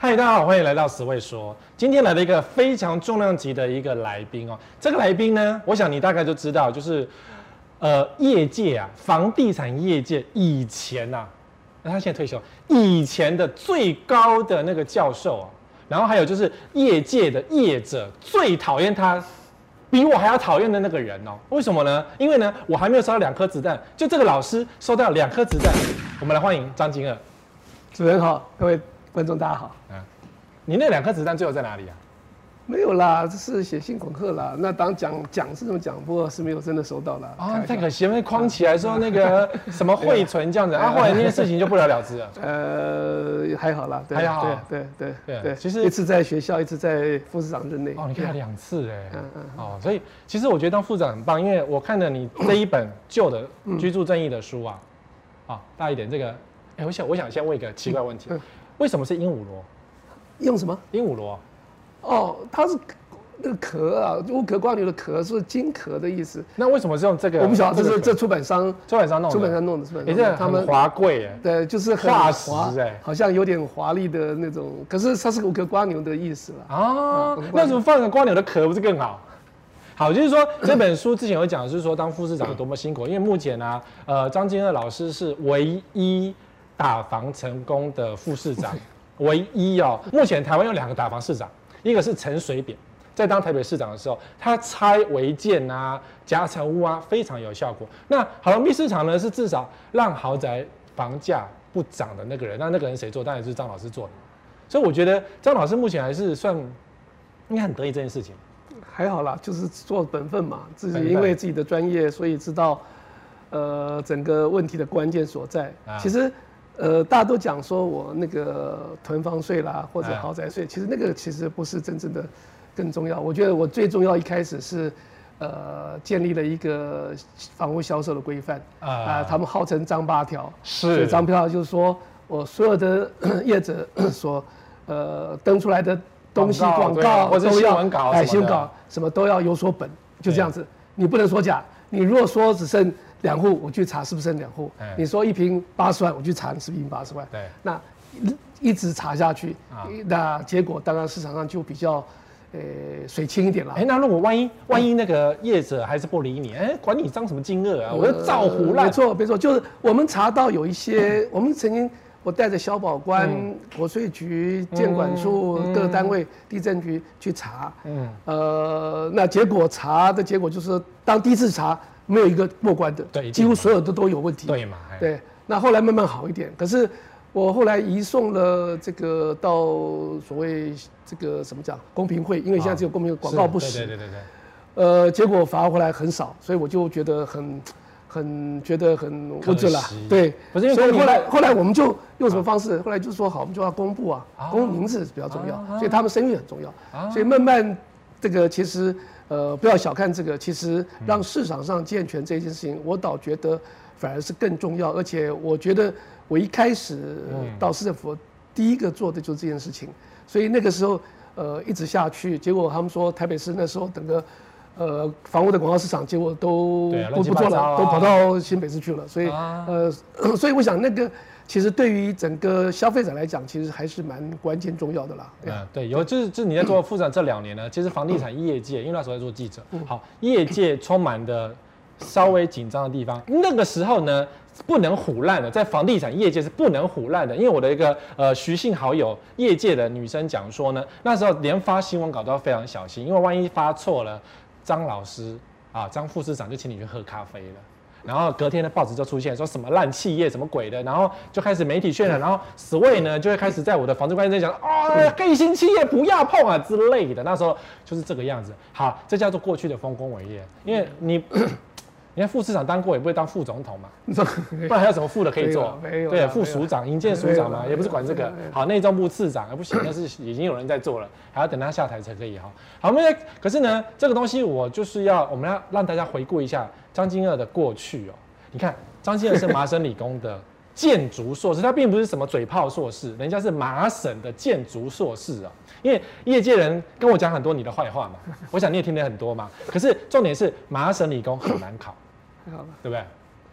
嗨，大家好，欢迎来到十位说。今天来了一个非常重量级的一个来宾哦。这个来宾呢，我想你大概就知道，就是业界啊，房地产业界以前啊，他现在退休，以前的最高的那个教授啊，然后还有就是业界的业者最讨厌他。比我还要讨厌的那个人哦，为什么呢？因为呢，我还没有收到2颗子弹，就这个老师收到2颗子弹。我们来欢迎张金锷。 主持人好，各位观众大家好。 你那2颗子弹最后在哪里啊？ 没有啦，这是写信恐吓啦。那当讲是这么讲，不过是没有真的收到啦。 啊，太可惜了，框起来说那个什么汇存这样子啊，后来那件事情就不了了之了。 还好啦， 还好， 对。 其实一次在学校，一次在副市长任内。 哦，你看2次哎。哦，所以其实我觉得当副市长很棒，因为我看了你这一本旧的居住正义的书啊，大一点这个，哎，我想先问一个奇怪问题，为什么是鹦鹉螺？ 用什么？ 鹦鹉螺。 哦，它是那个壳啊，乌壳瓜牛的壳是金壳的意思。 那为什么是用这个？ 我不晓得，这出版商弄的， 也是很华贵哎。 对，就是很化石哎， 好像有点华丽的那种，可是它是乌壳瓜牛的意思了。 啊，那怎么放个瓜牛的壳不是更好？好，就是说这本书之前有讲，就是说当副市长有多么辛苦，因为目前呢，张金锷老师是唯一打房成功的副市长。唯一哦，目前台湾有2个打房市长，一个是陈水扁，在当台北市长的时候，他拆违建啊、夹层屋啊，非常有效果。那好龙币市场呢，是至少让豪宅房价不涨的那个人。那个人谁做？当然是张老师做的。所以我觉得张老师目前还是算应该很得意这件事情。 还好啦，就是做本分嘛，自己因为自己的专业，所以知道整个问题的关键所在。其实。大家都讲说我那个囤房税啦，或者豪宅税，其实那个其实不是真正的更重要。我觉得我最重要一开始是，建立了一个房屋销售的规范他们号称张8条，所以张8条就是说我所有的业者所登出来的东西广告或者新闻稿新闻稿什么都要有所本，就这样子，你不能说假。你如果说只剩2户，我去查是不是2户。你说1坪80万，我去查你是不是1坪80万。 对， 那一直查下去，那结果当然市场上就比较水清一点了。 那如果万一那个业者还是不理你，管你张什么金锷啊，我要照胡乱。 没错，就是我们查到有一些，我们曾经我带着消保官、国税局、建管处各单位、地震局去查，那结果查的结果就是当第一次查。没有一个过关的， 对， 几乎所有的都有问题。 对嘛？ 对，那后来慢慢好一点。可是我后来移送了这个到所谓这个什么讲公平会，因为现在只有公平会广告不实。 对。 结果罚回来很少，所以我就觉得很觉得很无助了。对， 不是因为所以后来我们就用什么方式？后来就说好，我们就要公布啊，公布名字比较重要，所以他们声誉很重要。所以慢慢这个其实。不要小看这个，其实让市场上健全这件事情，我倒觉得反而是更重要。而且我觉得我一开始到市政府第一个做的就是这件事情，所以那个时候一直下去，结果他们说台北市那时候整个房屋的广告市场，结果都不做了，都跑到新北市去了。所以所以我想那个。其实对于整个消费者来讲，其实还是蛮关键重要的啦。 对，就是你在做副市长这2年呢，其实房地产业界，因为那时候在做记者，好，业界充满的稍微紧张的地方，那个时候呢不能唬烂的，在房地产业界是不能唬烂的，因为我的一个徐姓好友，业界的女生讲说呢，那时候连发新闻稿都要非常小心，因为万一发错了，张老师张副市长就请你去喝咖啡了。然后隔天的报纸就出现说什么烂企业什么鬼的，然后就开始媒体渲染，然后SWAY呢就会开始在我的房子关键讲黑心企业不要碰啊之类的，那时候就是这个样子。好，这叫做过去的丰功伟业，因为你看副市长当过也不会当副总统嘛，不然还有什么副的可以做？对，副署长、营建署长嘛，也不是管这个。好，内政部次长不行，那是已经有人在做了，还要等他下台才可以哈。好，可是呢，这个东西我们要让大家回顾一下张金锷的过去哦。你看，张金锷是麻省理工的建筑硕士，他并不是什么嘴炮硕士，人家是麻省的建筑硕士啊。因为业界人跟我讲很多你的坏话嘛，我想你也听得很多嘛。可是重点是麻省理工很难考。对不对？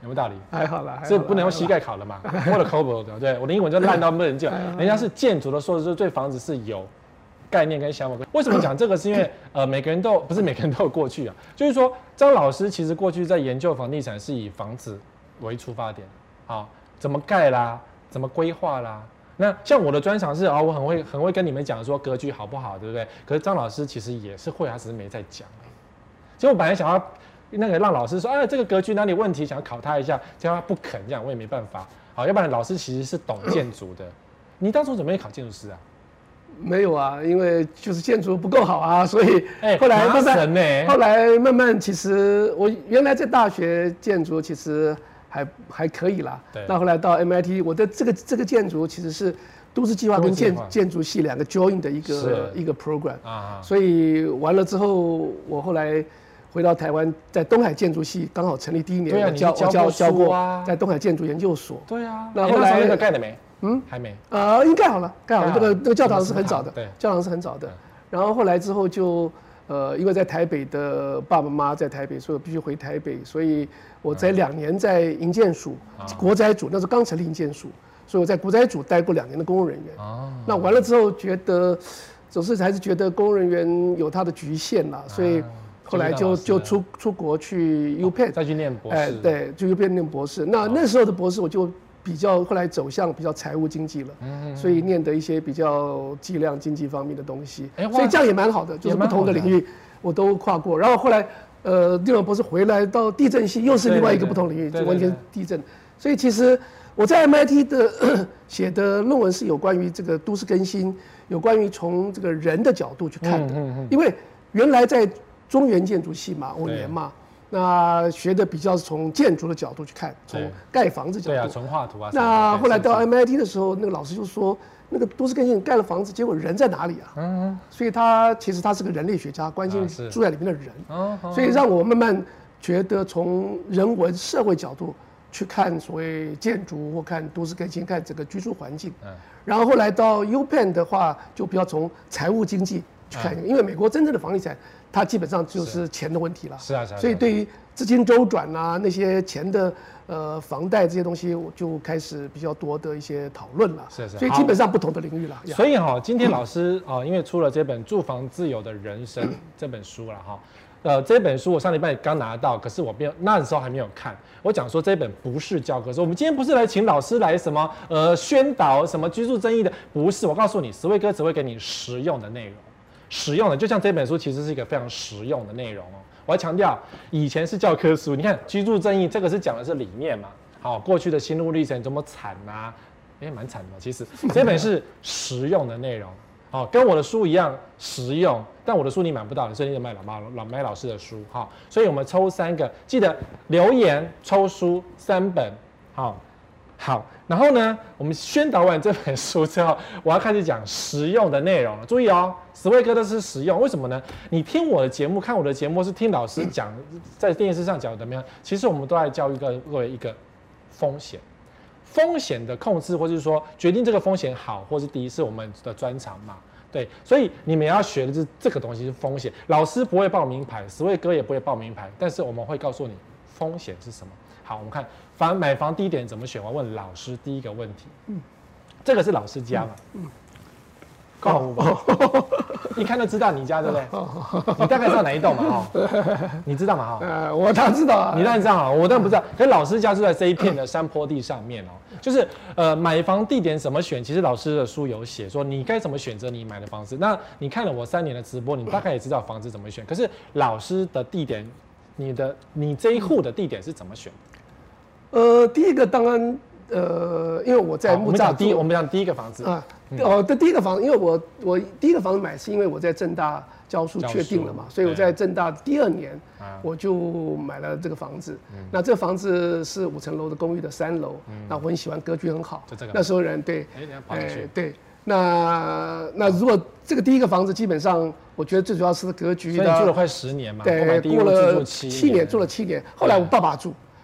有没有道理？ 还好啦， 这不能用膝盖考的嘛，我的口不对不对？我的英文就烂到不能讲，人家是建筑的硕士，对房子是有概念跟想法。为什么讲这个？是因为每个人都不是每个人都有过去啊，就是说张老师其实过去在研究房地产是以房子为出发点，啊，怎么盖啦，怎么规划啦。那像我的专长是我很会跟你们讲说格局好不好，对不对？可是张老师其实也是会，他只是没在讲。其实我本来想要让老师说，这个格局哪里问题，想要考他一下，结果他不肯，这样我也没办法。好，要不然老师其实是懂建筑的。你当初准备考建筑师啊？ 没有啊，因为就是建筑不够好啊，所以后来慢慢，其实我原来在大学建筑其实还可以啦。那后来到 MIT， 我的这个建筑其实是都市计划跟建筑系两个 join 的一个 program 啊，所以完了之后，我后来回到台湾，在东海建筑系刚好成立第一年，我教过，在东海建筑研究所。 对啊， 那后来那个盖了没？还没。 已经盖好了。那个教堂是很早的，教堂是很早的。然后后来之后就因为在台北的爸爸妈妈在台北，所以我必须回台北，所以我在2年在营建署、国宅组，那时候刚成立营建署，所以我在国宅组待过2年的公务人员。那完了之后觉得，总是还是觉得公务人员有它的局限啦，所以后来就出国去 UPenn 再去念博士。 对，去 UPenn 念博士。那时候的博士我就后来走向比较财务经济了，所以念的一些比较计量经济方面的东西，所以这样也蛮好的，就是不同的领域我都跨过。然后后来念完博士回来到地震系，又是另外一个不同领域，就完全是地震。所以其实我在 MIT 的写的论文是有关于这个都市更新，有关于从这个人的角度去看的，因为原来在中原建筑系嘛，5年嘛。那学的比较是从建筑的角度去看，从盖房子角度。 对啊，纯画图啊。 那后来到 MIT 的时候，那个老师就说，那个都市更新盖了房子，结果人在哪里啊？所以其实他是个人类学家，关心住在里面的人。所以让我慢慢觉得从人文社会角度去看所谓建筑或看都市更新，看整个居住环境。然后后来到 UPenn 的话，就比较从财务经济去看，因为美国真正的房地产。它基本上就是钱的问题了，所以对于资金周转啊那些钱的房贷这些东西，我就开始比较多的一些讨论了。所以基本上不同的领域了。 所以今天老师因为出了这本《住房自由的人生》这本书了这本书我上礼拜刚拿到，可是我那时候还没有看。我讲说这本不是教科书，我们今天不是来请老师来什么宣导什么居住正义的，不是。我告诉你，史卫哥只会给你实用的内容。实用的，就像这本书其实是一个非常实用的内容哦。我要强调，以前是教科书，你看居住正义这个是讲的是理念嘛，好，过去的心路历程怎么惨啊，蛮惨的。其实这本是实用的内容，跟我的书一样实用，但我的书你买不到，所以你得买老师的书，所以我们抽3个，记得留言抽书3本，好，然后呢，我们宣导完这本书之后，我要开始讲实用的内容了。注意哦，史卫哥的是实用，为什么呢？你听我的节目，看我的节目，是听老师讲，在电视上讲的怎么样？其实我们都在教育各位一个风险的控制，或是说决定这个风险好或是低，是我们的专长嘛。对，所以你们要学的是这个东西是风险。老师不会报名牌，史卫哥也不会报名牌，但是我们会告诉你风险是什么。好，我们看买房地点怎么选。我要问老师第一个问题。这个是老师家嘛？告诉我，一看就知道你家对不对？你大概知道哪一栋嘛？你知道嘛？ 我当然知道啊。 你当然知道啊，我当然不知道。可是老师家就在这一片的山坡地上面哦。就是买房地点怎么选？其实老师的书有写说你该怎么选择你买的房子。那你看了我3年的直播，你大概也知道房子怎么选。可是老师的地点，你这一户的地点是怎么选？ 第一个当然，因为我在木栅我们讲第一个房子啊， 第一个房子，因为我第一个房子买是因为我在政大教书确定了嘛，所以我在政大第2年我就买了这个房子。那这个房子是5层楼的公寓的3楼，那我很喜欢，格局很好。那时候人对，对，那如果这个第一个房子，基本上我觉得最主要是格局的。 所以你住了快10年嘛？ 对，过了7年，住了7年。后来我爸爸住。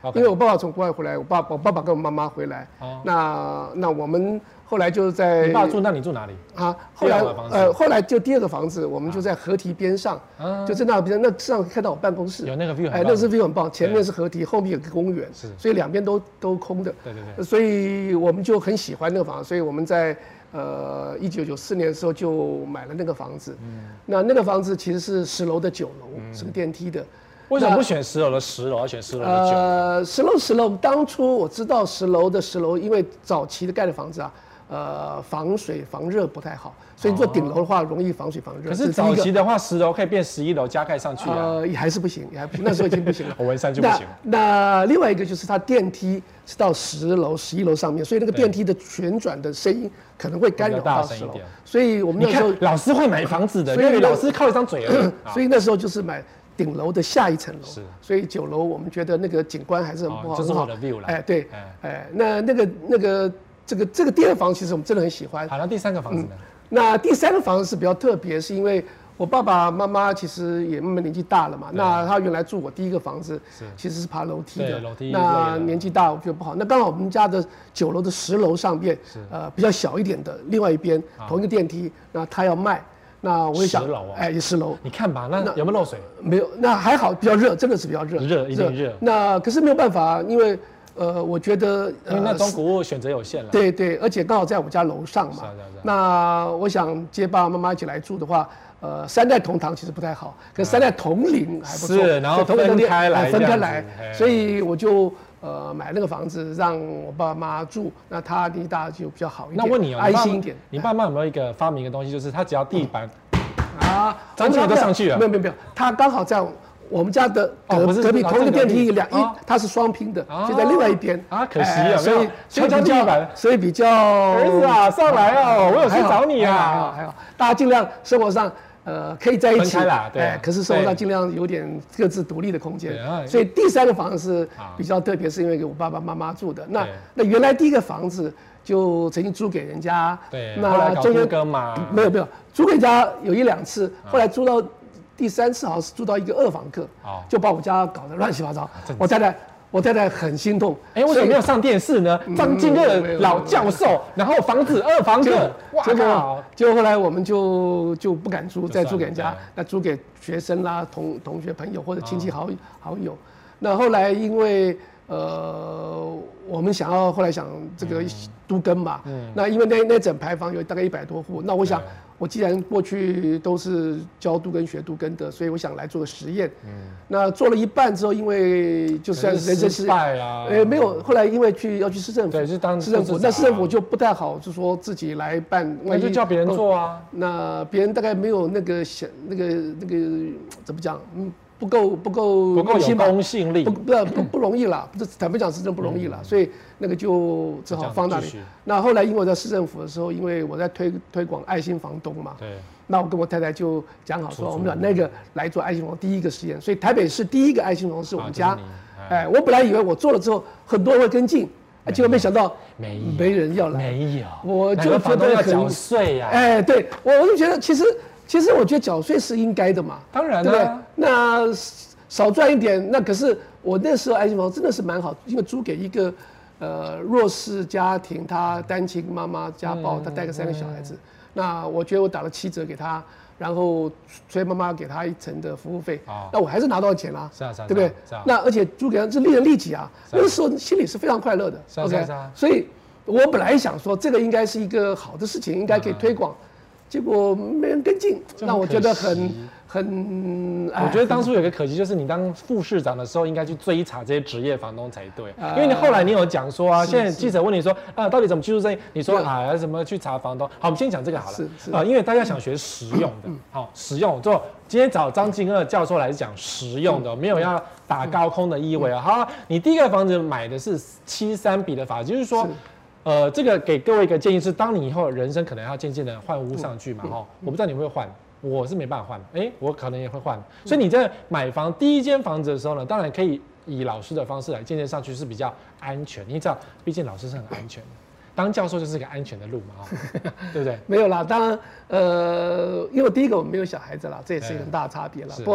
因为我爸爸从国外回来，我爸爸跟我妈妈回来，那我们后来就在你爸住那，你住哪里？ 啊，后来就第二个房子，我们就在河堤边上，就在那边，那上看到我办公室， 有那个 view， 那是 view 很棒，前面是河堤，后面有个公园，所以两边都空的， 对， 所以我们就很喜欢那个房子，所以我们在1994年的时候就买了那个房子，那个房子其实是10楼的9楼，是个电梯的。 为什么不选10楼的10楼，要选10楼的9楼 ？10楼，当初我知道10楼的10楼，因为早期的盖的房子啊，防水防热不太好，所以你做顶楼的话容易防水防热。 可是早期的话，10楼可以变11楼加盖上去啊。 也还是不行，那时候已经不行了。 我文山就不行。 那另外一个就是它电梯是到10楼、11楼上面，所以那个电梯的旋转的声音可能会干扰到10楼。所以我们那时候老师会买房子的，因为老师靠一张嘴而已。 所以那时候就是买顶楼的下一层楼，所以9楼我们觉得那个景观还是很不好， 这是我的 view 了。 对，这个第二房其实我们真的很喜欢。 好，那第3个房子呢？ 那第3个房子是比较特别，是因为我爸爸妈妈其实也慢慢年纪大了嘛，那他原来住我第一个房子其实是爬楼梯的，那年纪大我觉得不好，那刚好我们家的9楼的10楼上边，比较小一点的另外一边同一个电梯，那他要卖。那我也想 ，10楼啊， 也10楼。 你看吧，那有没有漏水？ 没有，那还好，比较热，真的是比较热。 热，一定热。 那可是没有办法，因为我觉得因为那中古屋选择有限了。 对，而且刚好在我们家楼上嘛。那我想接爸爸妈妈一起来住的话，3代同堂其实不太好，可是3代同龄还不错。 是，然后分开来， 所以我就买那个房子让我爸妈住，那他年纪大就比较好一点。 那问你安心一点。 你爸妈有没有一个发明一个东西，就是他只要地板张经理都上去了？ 没有，他刚好在我们家的隔壁同一个电梯它是双拼的，就在另外一边可惜了， 所以比较儿子啊，上来哦，我有去找你啊， 还好，大家尽量生活上可以在一起，可是生活上尽量有点各自独立的空间。所以第3个房子是比较特别，是因为给我爸爸妈妈住的。那原来第一个房子就曾经租给人家， 那中间跟嘛， 没有租给人家有1、2次，后来租到第3次好像是租到一个2房客，就把我家搞得乱七八糟。我太太很心痛。 为什么没有上电视呢？张经热老教授，然后房子2房客， 结果后来我们就不敢租，再租给人家，那租给学生啦、同学朋友或者亲戚好友。那后来因为我们后来想这个都更嘛，那因为那整排房有大概100多户，那我想我既然过去都是教都更学都更的，所以我想来做个实验。那做了一半之后，因为就算是人生失败啊， 没有，后来因为要去市政府， 对，是当市政府，那市政府就不太好，就说自己来办， 那就叫别人做啊。 那别人大概没有那个怎么讲？不够有公信力， 不容易啦，坦白讲是真不容易啦，所以那个就只好放那里。那后来因为我在市政府的时候，因为我在推广爱心房东嘛，那我跟我太太就讲好说，我们把那个来做爱心房第一个实验，所以台北市第一个爱心房是我们家。我本来以为我做了之后很多人会跟进，结果没想到没人要来， 没有， 我就觉得要缴税呀。 对，我就觉得其实我觉得缴税是应该的嘛， 当然对不对？那少赚一点，那可是我那时候爱心房真的是蛮好，因为租给一个弱势家庭，他单亲妈妈家暴，他带个3个小孩子，那我觉得我打了7折给他，然后所以妈妈给他1成的服务费，那我还是拿到钱啦，对不对？那而且租给他是利人利己啊，那个时候心里是非常快乐的。OK， 所以我本来想说这个应该是一个好的事情，应该可以推广。结果没人跟进，让我觉得我觉得当初有个可惜，就是你当副市长的时候，应该去追查这些职业房东才对。因为你后来你有讲说啊，现在记者问你说到底怎么技术正义？你说怎么去查房东？好，我们先讲这个好了。因为大家想学实用的，好，实用。就今天找张经热教授来讲实用的，没有要打高空的意味啊。好，你第一个房子买的是7:3比的法，就是说。这个给各位一个建议是，当你以后人生可能要渐渐的换屋上去嘛，我不知道你会换，我是没办法换，我可能也会换。所以你在买房第一间房子的时候呢，当然可以以老师的方式来渐渐上去是比较安全。你知道，毕竟老师是很安全的，当教授就是个安全的路嘛，对不对？ 没有啦，当然，因为第一个我们没有小孩子啦，这也是一个很大的差别啦。不过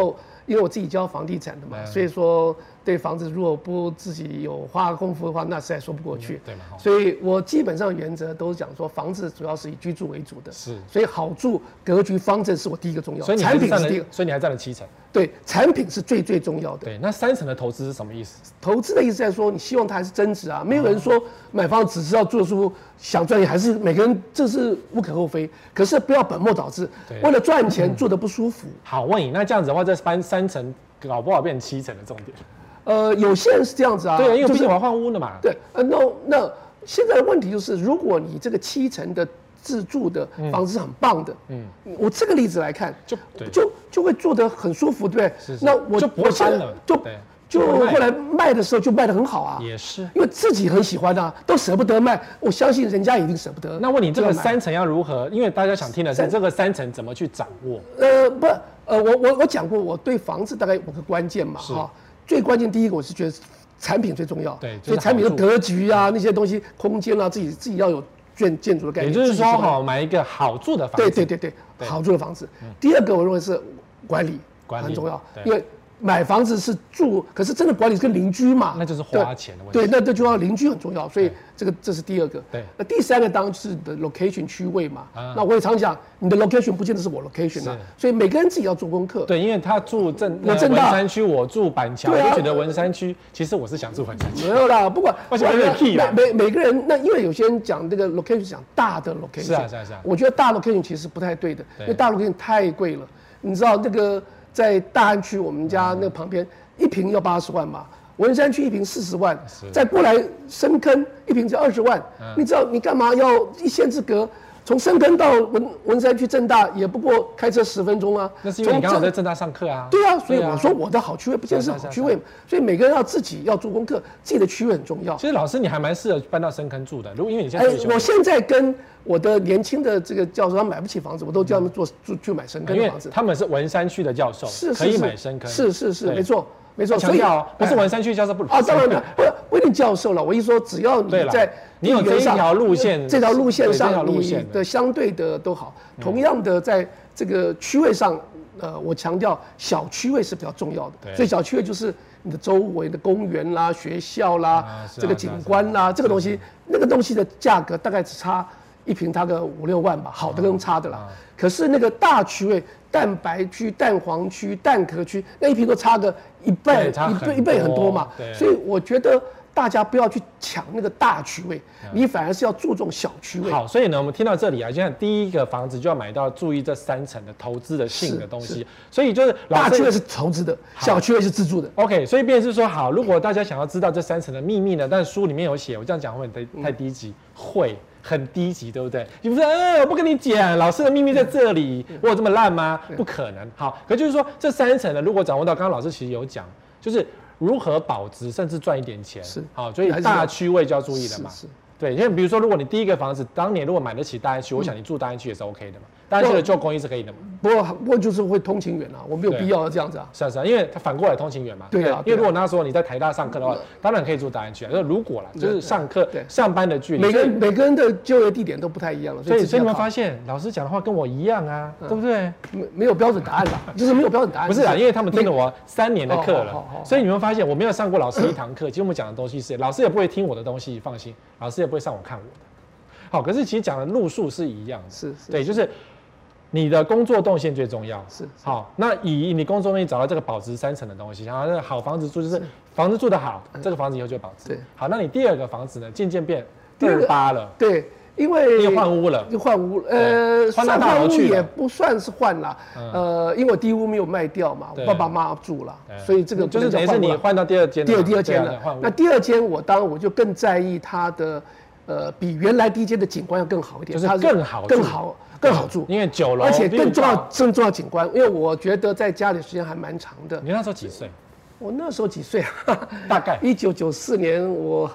因为我自己教房地产的嘛，所以说对房子如果不自己有花功夫的话，那实在说不过去。 对嘛？ 所以我基本上原则都是讲说，房子主要是以居住为主的。 是。 所以好住、格局、方正是我第一个重要。 所以产品是第一个。 所以你还占了7成。 对，产品是最重要的。 对，那3成的投资是什么意思？ 投资的意思在说，你希望它还是增值啊。没有人说买房只是要做出想赚钱，还是每个人这是无可厚非。可是不要本末倒置，为了赚钱做得不舒服。 好，问你，那这样子的话，这3成搞不好变成7成的重点。 有些人是这样子啊。 对，因为毕竟我要换屋了嘛。 对，那现在的问题就是，如果你这个7成的自住的房子是很棒的，我这个例子来看，就会做得很舒服，对不对？那我就不会搬了， 就后来卖的时候就卖得很好啊， 也是， 因为自己很喜欢啊，都舍不得卖，我相信人家一定舍不得。 那问你这个3成要如何？因为大家想听的是这个3成怎么去掌握？ 我讲过，我对房子大概5个关键嘛，哈，最关键第一个我是觉得产品最重要， 对， 所以产品的格局啊那些东西，空间啊，自己要有建筑的概念。 也就是说，买一个好住的房子。 对，好住的房子。第二个我认为是管理很重要，因为买房子是住，可是真的管理是跟邻居嘛， 那就是花钱的问题。 对，那就要邻居很重要，所以这是第二个。 对， 那第三个当然是你的 location 区位嘛。那我也常讲，你的 location 不见得是我 location 啊，所以每个人自己要做功课。 对，因为他住文山区，我住板桥，我觉得文山区，其实我是想住文山区。 没有啦，不管每个人，那因为有些人讲这个 location 讲大的 location， 是啊。我觉得大 location 其实不太对的，因为大 location 太贵了。你知道那个在大安区我们家那旁边1坪要80万嘛，文山区1坪40万，再过来深坑1坪就20万。你知道你干嘛要一线之隔？从深坑到文山区正大也不过开车10分钟啊。 那是因为你刚好在正大上课啊。 对啊，所以我说我的好区位不见得是好区位嘛。所以每个人要自己要做功课，自己的区位很重要。 其实老师你还蛮适合搬到深坑住的，因为你现在我现在跟我的年轻的这个教授，他买不起房子，我都叫他们去买深坑的房子。 他们是文山区的教授，可以买深坑。 是，没错。 所以不是文山区教授不如。 当然不一定教授了。我一说，只要你在你有这一条路线， 这条路线上你的相对的都好。同样的，在这个区位上，我强调小区位是比较重要的。所以小区位就是你的周围的公园啦、学校啦、这个景观啦，这个东西，那个东西的价格大概只差1坪它个5、6万吧，好的跟差的啦。可是那个大区位，蛋白区、蛋黄区、蛋壳区，那1坪都差个1倍很多嘛。所以我觉得大家不要去抢那个大区位，你反而是要注重小区位。 好，所以呢，我们听到这里啊，就像第一个房子就要买到注意这3成的投资的性的东西，所以就是大区位是投资的，小区位是自住的。 OK， 所以便是说，好，如果大家想要知道这3成的秘密呢，但是书里面有写，我这样讲会太低级，会。很低级，对不对？你不是，我不跟你讲，老师的秘密在这里，我有这么烂吗？不可能。好，可就是说这3成呢，如果掌握到，刚刚老师其实有讲，就是如何保值，甚至赚一点钱。 是， 好，所以大区位就要注意了嘛。是。对，因为比如说，如果你第一个房子当年如果买得起大安区，我想你住大安区也是 OK 的嘛。大安区的旧公寓是可以的嘛。 不过就是会通勤远啊，我没有必要要这样子啊。 是啊，因为它反过来通勤远嘛。 对啊。 因为如果那时候你在台大上课的话，当然可以住大安区啊。就是如果啦，就是上课上班的距离， 每个人的就业地点都不太一样了。 所以你们发现老师讲的话跟我一样啊，对不对？ 没有标准答案吧？就是没有标准答案。 不是啊，因为他们听了我3年的课了，所以你们发现我没有上过老师1堂课，其实我们讲的东西是老师也不会听我的东西，放心，老师也不会上网看我的。好，可是其实讲的路数是一样的， 是对，就是你的工作动线最重要。 是好，那以你工作动线找到这个保值3成的东西，然后那个好房子住就是房子住得好，这个房子以后就保值。 对， 好，那你第二个房子呢，渐渐变28了。 对，因为又换屋了， 换到大楼去也不算是换啦，因为我第一屋没有卖掉嘛，我爸爸妈妈住了，所以这个就是等于是你换到第二间了。那第二间我就更在意它的。比原来第一间的景观要更好一点， 就是更好住，因为9楼， 而且更重要景观，因为我觉得在家里时间还蛮长的。 你那时候几岁？ 我那时候几岁啊？ 大概 1994年，我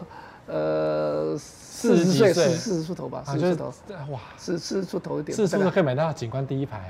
40岁，40出头吧，40出头。哇，40出头一点。 40出头可以买到景观第一排。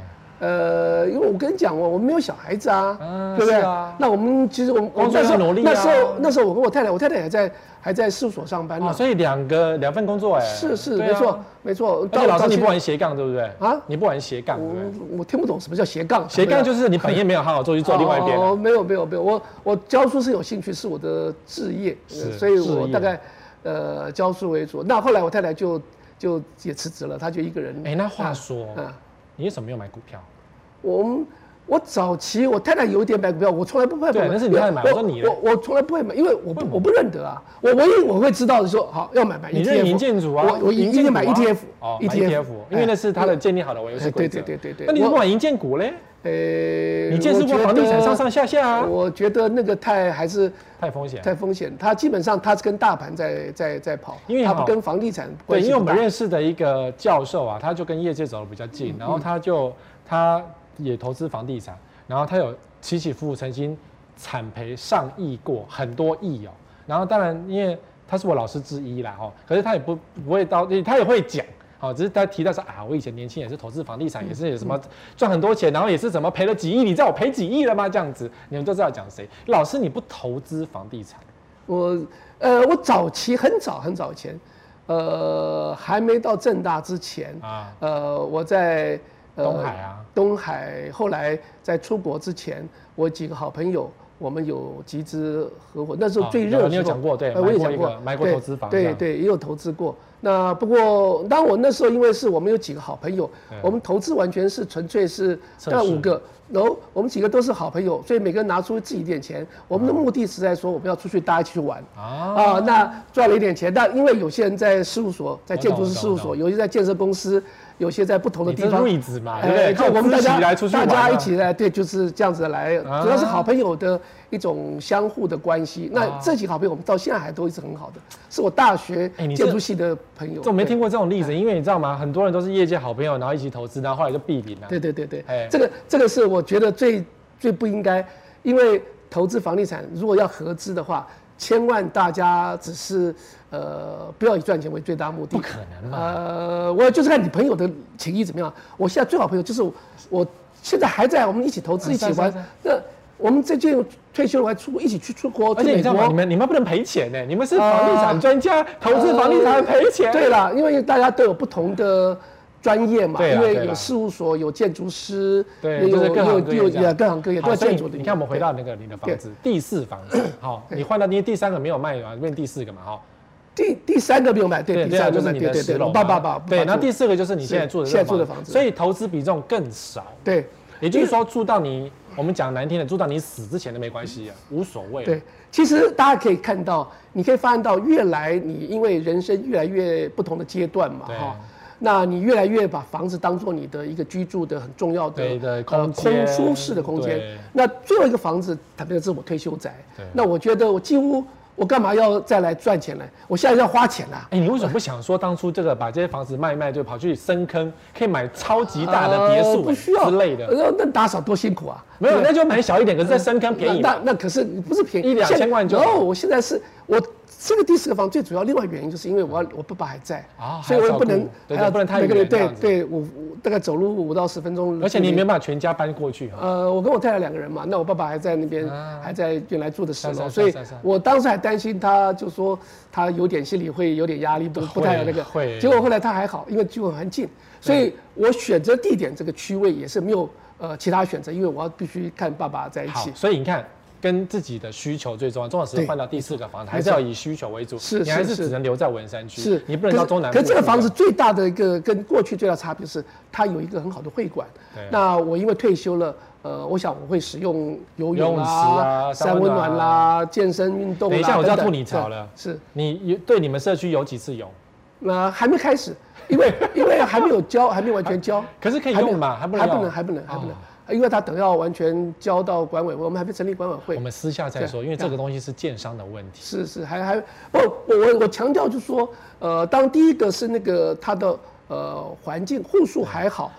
因为我跟你讲哦，我们没有小孩子啊，对不对？那我们其实我那时候努力啊。 那时候我跟我太太还在事务所上班呢。 所以两份工作哎。 是，没错。 而且老师你不玩斜杠对不对？啊，你不玩斜杠。 我听不懂什么叫斜杠。 斜杠就是你本业没有好好做，去做另外一边。 没有，我教书是有兴趣，是我的志业，所以我大概教书为主。那后来我太太就也辞职了，她就一个人。 那话说，你为什么没有买股票？ 我早期我太太有一点买股票，我从来不会买。 对，那是你太太买。我说你， 我从来不会买，因为我不认得啊。我唯一我会知道的说，好要买 ETF。 你认银建筑啊？ 我一定买 ETF。 ETF，因为那是它的建立好的游戏规则。 对。 那你怎么买银建股嘞？你见识过房地产上下啊？ 我觉得那个还是太风险。它基本上它是跟大盘在跑， 因为它不跟房地产关系。 对，因为我们认识的一个教授啊，他就跟业界走得比较近，然后他也投资房地产，然后他有起起伏伏，曾经惨赔上亿过，很多亿哦。然后当然，因为他是我老师之一啦，可是他也不会他也会讲，只是他提到说啊，我以前年轻也是投资房地产，也是有什么赚很多钱，然后也是怎么赔了几亿，你知道我赔几亿了吗？这样子，你们就知道讲谁。老师，你不投资房地产？ 我早期很早以前，还没到政大之前啊，我在。东海后来在出国之前，我几个好朋友，我们有集资合伙，那时候最热的时候。 你有讲过，对，我也讲过，买过投资房。 对，也有投资过。那不过，当我那时候因为是我们有几个好朋友，我们投资完全是纯粹是大概5个，然后我们几个都是好朋友，所以每个人拿出自己一点钱。我们的目的是在说我们要出去，大家一起去玩那赚了一点钱，但因为有些人在事务所，在建筑师事务所，有些在建设公司。有些在不同的地方， 例子嘛，对不对？ 我们大家一起来， 对， 就是这样子来，主要是好朋友的一种相互的关系。那这几个好朋友，我们到现在还都一直很好的，是我大学建筑系的朋友。 我没听过这种例子，因为你知道吗？很多人都是业界好朋友，然后一起投资，然后后来就闭顶了。 对，这个是我觉得最不应该，因为投资房地产如果要合资的话。千万大家只是不要以赚钱为最大目的， 不可能嘛。 我就是看你朋友的情谊怎么样。我现在最好朋友就是我现在还在，我们一起投资，一起玩。那我们最近退休了还一起去出国， 而且你知道吗？你们不能赔钱呢，你们是房地产专家，投资房地产赔钱。 对啦，因为大家都有不同的。专业嘛，因为有事务所，有建筑师， 对，有各行各业都在建筑的。 你看，我们回到那个你的房子，第4房子，好，你换到你第3个没有卖完，变第4个嘛，哈。 第3个没有卖，对，第3个就是你的10楼，对，然后第4个就是你现在住的房子，所以投资比重更少。 对， 也就是说住到我们讲难听的，住到你死之前都没关系啊，无所谓。 对，其实大家可以看到，你可以发现到，你因为人生越来越不同的阶段嘛，哈。那你越来越把房子当做你的一个居住的很重要的舒适的空间。那最后一个房子，坦白说，是我退休宅。那我觉得我几乎我干嘛要再来赚钱呢？我现在要花钱啦。 你为什么不想说当初这个把这些房子卖就跑去深坑，可以买超级大的别墅不需要之类的？ 那打扫多辛苦啊！ 没有，那就买小一点，可是在深坑便宜。 那可是不是便宜 ，1、2千万就。 我现在是我。这个第4个房最主要另外原因就是因为我爸爸还在所以我也不能太远。 对，我大概走路5到10分钟。 而且你没有办法全家搬过去。 我跟我太太2个人嘛，那我爸爸还在那边，还在原来住的10楼，所以我当时还担心他，就说他有点心里会有点压力，不太那个。结果后来他还好，因为距我很近，所以我选择地点这个区位也是没有其他选择，因为我要必须看爸爸在一起。 所以你看。跟自己的需求最重要，重要是换到第4个房子，还是要以需求为主。你还是只能留在文山区，你不能到中南部。 可这个房子最大的一个跟过去最大差别是，它有一个很好的会馆。那我因为退休了，我想我会使用游泳啦、山温暖啦、健身运动啦。 等一下我就要吐你槽了， 是你对你们社区有几次游？ 还没开始，因为还没有交，还没完全交。 可是可以用嘛？还不能。 因为他等要完全交到管委会，我们还没成立管委会。 我们私下再说，因为这个东西是建商的问题。 是，我强调就是说，当第一个是那个它的环境户数还好，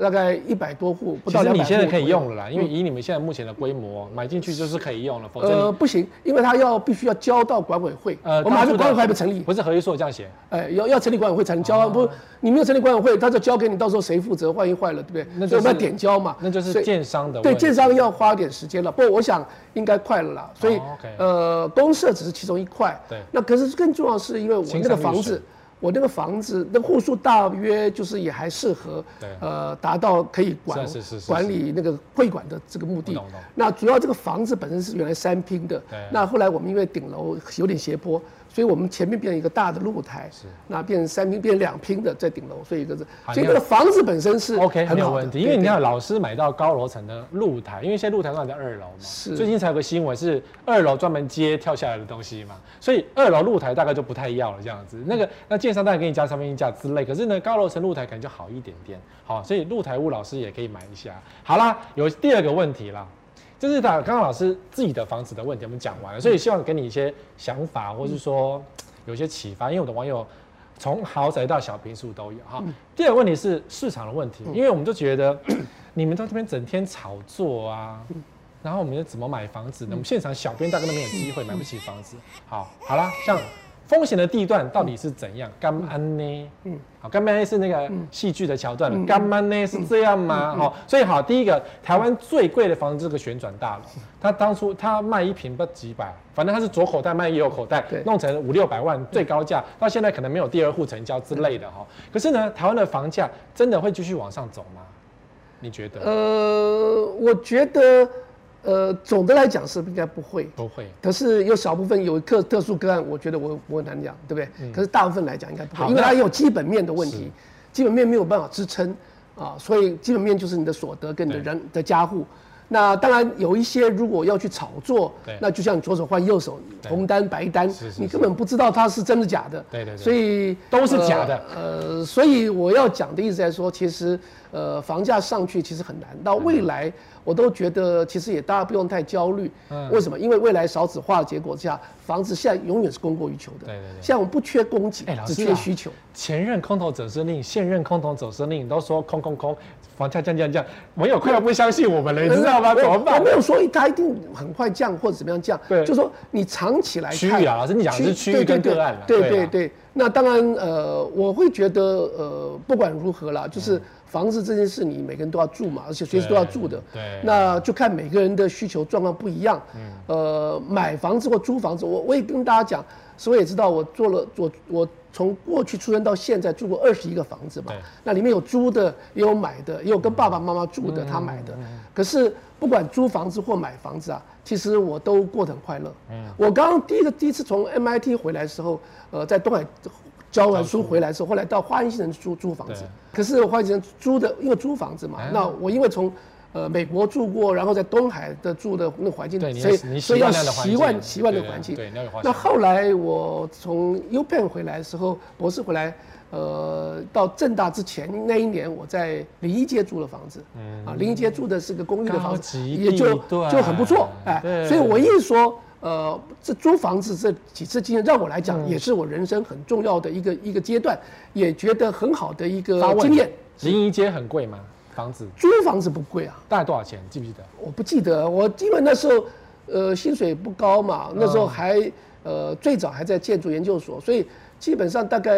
大概100多户，不到200户。 其实你现在可以用了啦，因为以你们现在目前的规模，买进去就是可以用了。否则不行，因为它必须要交到管委会。我们还没管委会还没成立。 不是合约书这样写。 要成立管委会才能交，不，你没有成立管委会，他就交给你，到时候谁负责？万一坏了，对不对？ 那所以我们要点交嘛。 那就是建商的问题。 对，建商要花点时间了。不过我想应该快了啦。所以公设只是其中一块。对。那可是更重要的是，因为我那个房子。我那个房子，那户数大约就是也还适合，达到可以管理那个会馆的这个目的。那主要这个房子本身是原来3拼的，那后来我们因为顶楼有点斜坡，所以我们前面变成一个大的露台，那变成3拼，变2拼的在顶楼，所以所以那个房子本身是 OK 没有问题，因为你看老师买到高楼层的露台，因为现在露台都在2楼嘛，最近才有个新闻是2楼专门接跳下来的东西嘛，所以2楼露台大概就不太要了这样子，那建商当然给你加上面架之类，可是呢高楼层露台可能就好一点点，好，所以露台屋老师也可以买一下。好啦，有第2个问题啦。就是刚刚老师自己的房子的问题我们讲完了，所以希望给你一些想法，或是说有些启发，因为我的网友从豪宅到小平数都有哈。第2个问题是市场的问题，因为我们就觉得你们在这边整天炒作啊，然后我们怎么买房子呢？我们现场小编大概都没有机会，买不起房子。好啦，像风险的地段到底是怎样？干安呢？好，干安呢是那个戏剧的桥段了。干安呢是这样吗？所以好，第一个，台湾最贵的房子这个旋转大楼，它当初它卖1坪不几百，反正它是左口袋卖右口袋，弄成500-600万最高价，到现在可能没有第2户成交之类的哈。可是呢，台湾的房价真的会继续往上走吗？你觉得？ 我觉得。总的来讲是应该不会，可是有少部分有特殊个案，我觉得我很难讲，对不对？可是大部分来讲应该不会，因为它有基本面的问题，基本面没有办法支撑啊，所以基本面就是你的所得跟你的人的家户。那当然有一些如果要去炒作，那就像你左手换右手，红单白单，你根本不知道它是真的假的，所以都是假的。 所以我要讲的意思在说，其实房价上去其实很难，到未来。我都觉得其实也大家不用太焦虑，为什么？因为未来少子化的结果下，房子现在永远是供过于求的。现在我们不缺供给，只缺需求。 前任空头走势令，现任空头走势令都说空，房价降，网友快要不相信我们了，你知道吗？怎么办？ 我没有说它一定很快降或者怎么样降，就说你长期来看， 区域啊，老师你讲的是区域跟个案了。 对。那当然，我会觉得，不管如何啦，就是房子这件事，你每个人都要住嘛，而且随时都要住的。那就看每个人的需求状况不一样。买房子或租房子，我也跟大家讲，所以也知道我从过去出生到现在住过21个房子嘛。那里面有租的，也有买的，也有跟爸爸妈妈住的，他买的。可是不管租房子或买房子啊，其实我都过得很快乐。我刚刚第一次从 MIT 回来的时候，在东海教完书回来的时候，后来到花园新城租房子。可是花园新城租的，因为租房子嘛，那我因为从美国住过，然后在东海的住的那个环境，所以要习惯那个环境。那后来我从 UPenn 回来的时候，博士回来。到政大之前那一年，我在临沂街租了房子，临沂街住的是个公寓的房子，也就很不错，所以我一直说，这租房子这几次经验，让我来讲也是我人生很重要的一个阶段，也觉得很好的一个经验。 临沂街很贵吗？房子？ 租房子不贵啊， 大概多少钱？记不记得？ 我不记得，我因为那时候薪水不高嘛，那时候还最早还在建筑研究所，所以。基本上大概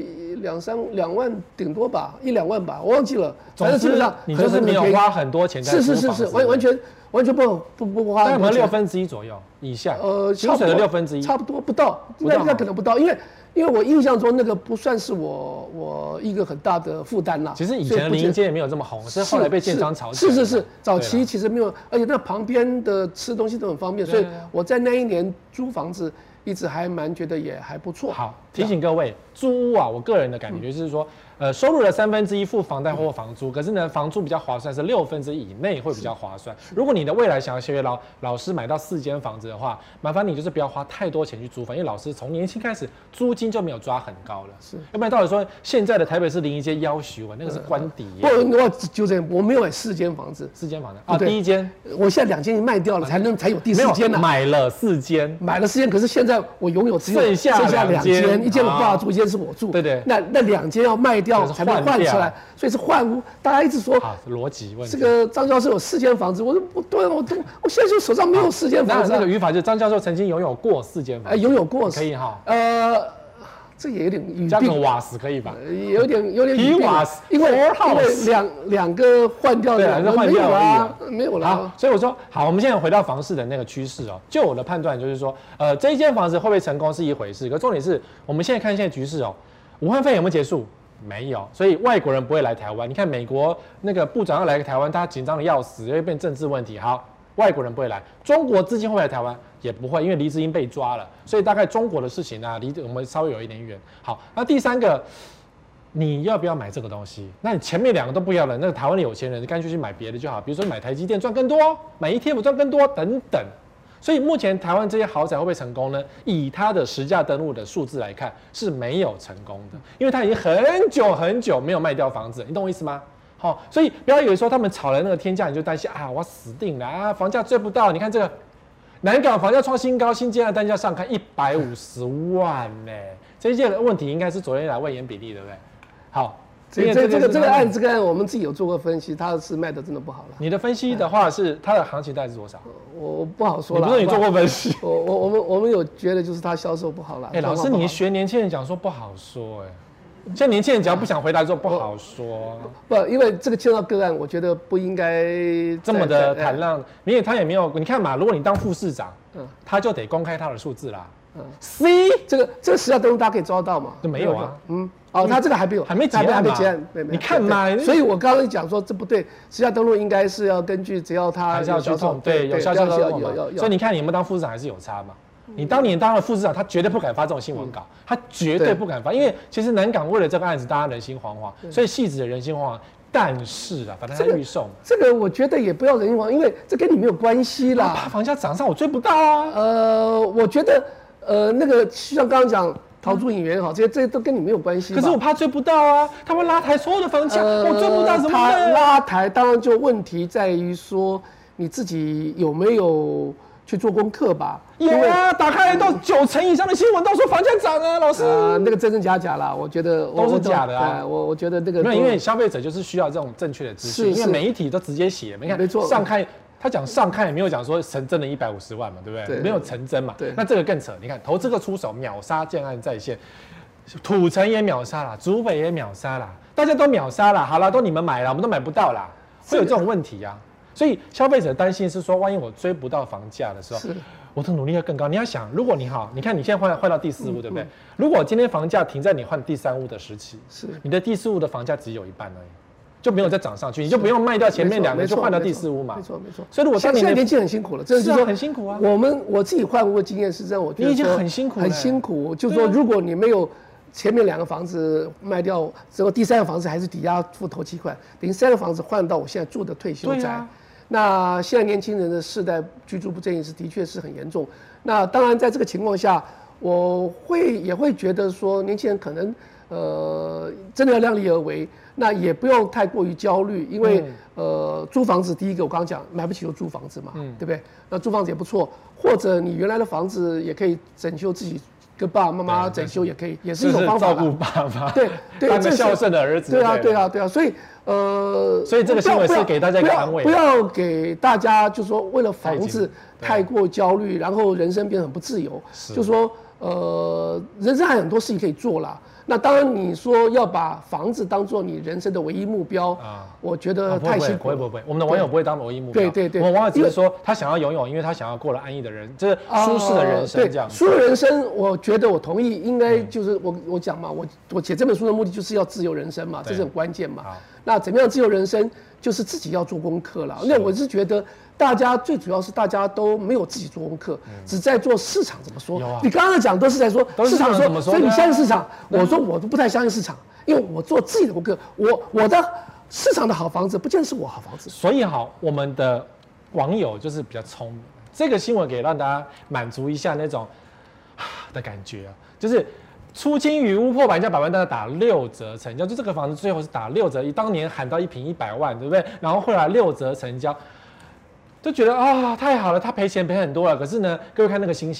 2万顶多吧，1-2万吧，我忘记了。反正基本上你就是没有花很多钱在租房子， 是，完全不花。 大概1/6左右以下，薪水的1/6， 差不多不到，应该可能不到，因为我印象中那个不算是我一个很大的负担啦。 其实以前的临沂街也没有这么红，是后来被建商炒起来。 是，早期其实没有，而且那旁边的吃东西都很方便，所以我在那一年租房子。一直还觉得也还不错。 好，提醒各位，租屋啊，我个人的感觉就是说，收入的1/3付房贷或房租，可是呢，房租比较划算，是1/6以内会比较划算。如果你的未来想要学老师买到4间房子的话，麻烦你就是不要花太多钱去租房，因为老师从年轻开始租金就没有抓很高了。是，要不然到底说现在的台北市临沂街要求啊，那个是官邸。 我纠正，我没有买4间房子 ，4间房子啊，第1间， 我现在2间卖掉了，才有第4间呢。 买了4间， 可是现在我拥有只有剩下2间， 一间我爸爸住，一间是我住， 对， 那2间要卖掉才能换出来，所以是换屋。大家一直说逻辑问题。 这个张教授有4间房子，我说不对，我现在就手上没有4间房子。 那个语法就是张教授曾经拥有过4间房子， 拥有过可以哈。 这也有点语病。 加个瓦斯可以吧？ 有点语病，因为两个换掉的， 换掉而已，没有啦。 所以我说好，我们现在回到房市的那个趋势哦。就我的判断就是说，这一间房子会不会成功是一回事，可重点是我们现在看现在局势哦，武汉肺炎有没有结束？没有，所以外国人不会来台湾。你看美国那个部长要来台湾，他紧张的要死，因为变政治问题。好，外国人不会来，中国资金会不会来台湾？也不会，因为黎智英被抓了，所以大概中国的事情啊，离我们稍微有一点远。好，那第3个，你要不要买这个东西？那你前面2个都不要了，那个台湾的有钱人干脆去买别的就好，比如说买台积电赚更多，买 ETF 赚更多等等。所以目前台湾这些豪宅会不会成功呢？以它的实价登录的数字来看是没有成功的，因为它已经很久没有卖掉房子，你懂我意思吗？好，所以不要以为说他们炒了那个天价，你就担心啊，我死定了啊，房价追不到。你看这个南港房价创新高，新建案单价上看150万呢。这一件的问题应该是昨天来问严比利，对不对？好。 这个案我们自己有做过分析，它是卖的真的不好了。 你的分析的话是它的行情大概是多少？ 我不好说了。 你不是你做过分析？ 我们有觉得就是它销售不好了。 老师，你学年轻人讲说不好说，现在年轻人只要不想回答说不好说。 不，因为这个牵到个案，我觉得不应该这么的坦荡，因为他也没有，你看嘛，如果你当副市长，他就得公开他的数字啦。C 这个实价登录大家可以抓到嘛？ 都没有啊。 他这个还没有， 还没结案嘛？你看嘛， 所以我刚刚讲说这不对，实价登录应该是要根据只要他还是要去送，对，有销售有。所以你看你们当副市长还是有差嘛？你当年当了副市长，他绝对不敢发这种新闻稿，他绝对不敢发，因为其实南港为了这个案子，大家人心惶惶，所以戏子的人心惶惶。但是啊，反正他预售嘛， 这个我觉得也不要人心惶惶，因为这跟你没有关系啦。 怕房价涨上，我追不到啊。 我觉得那个像刚刚讲。逃出引援好，这些都跟你没有关系。 可是我怕追不到啊，他会拉抬所有的房价，我追不到怎么办？ 他拉抬当然就问题在于说你自己有没有去做功课吧？ 有啊，打开来到90%以上的新闻都说房价涨啊，老师。 那个真假啦，我觉得都是假的啊。 我觉得那个没有，因为消费者就是需要这种正确的资讯，因为媒体都直接写，你看没错， 上看。他讲上看也没有讲说成真的150万嘛，对不对？没有成真嘛。那这个更扯，你看投资客出手秒杀建案在线，土城也秒杀啦，竹北也秒杀啦，大家都秒杀啦。好了，都你们买了，我们都买不到啦，会有这种问题啊。所以消费者担心是说，万一我追不到房价的时候，我的努力要更高。你要想，如果你好，你看你现在换到第4屋，对不对？如果今天房价停在你换第3屋的时期，你的第4屋的房价只有1半而已。就没有再涨上去，你就不用卖掉前面2个，就换到第4屋嘛。 没错。 所以如果现在年轻人很辛苦了，真的是说很辛苦啊。 我自己换屋的经验是这样，我觉得你已经很辛苦了， 很辛苦。就是说，如果你没有前面2个房子卖掉，之后第3个房子还是抵押付头期款，等于3个房子换到我现在住的退休宅。那现在年轻人的世代居住不正义是的确是很严重。那当然在这个情况下，我也会觉得说，年轻人可能真的要量力而为。那也不用太过于焦虑，因为租房子第一个我刚刚讲买不起就租房子嘛，对不对？那租房子也不错，或者你原来的房子也可以整修，自己跟爸爸妈妈整修也可以，也是一种方法。 照顾爸妈， 对， 当个孝顺的儿子。 对啊，所以这个新闻是给大家一个安慰， 不要给大家就说为了房子太过焦虑，然后人生变得很不自由。就说人生还有很多事情可以做啦。那当然，你说要把房子当做你人生的唯一目标啊，我觉得太辛苦了。 不会，我们的网友不会当唯一目标。 对， 我们网友只是说他想要拥有，因为他想要过了安逸的人，就是舒适的人生这样。 舒适人生，我觉得我同意，应该就是我讲嘛，我写这本书的目的就是要自由人生嘛，这是很关键嘛。那怎么样自由人生，就是自己要做功课了。那我是觉得。大家最主要是大家都没有自己做功课，只在做市场怎么说。你刚刚讲都是在说市场说，所以你相信市场。我说我都不太相信市场，因为我做自己的功课。我的市场的好房子，不见得是我好房子。 所以好，我们的网友就是比较聪明。这个新闻可以让大家满足一下那种的感觉啊，就是出清余屋破盘价100万，大概打6折成交。就这个房子最后是打6折，当年喊到1坪100万，对不对？然后后来6折成交。就觉得啊，太好了，他赔钱赔很多了。可是呢，各位看那个星星，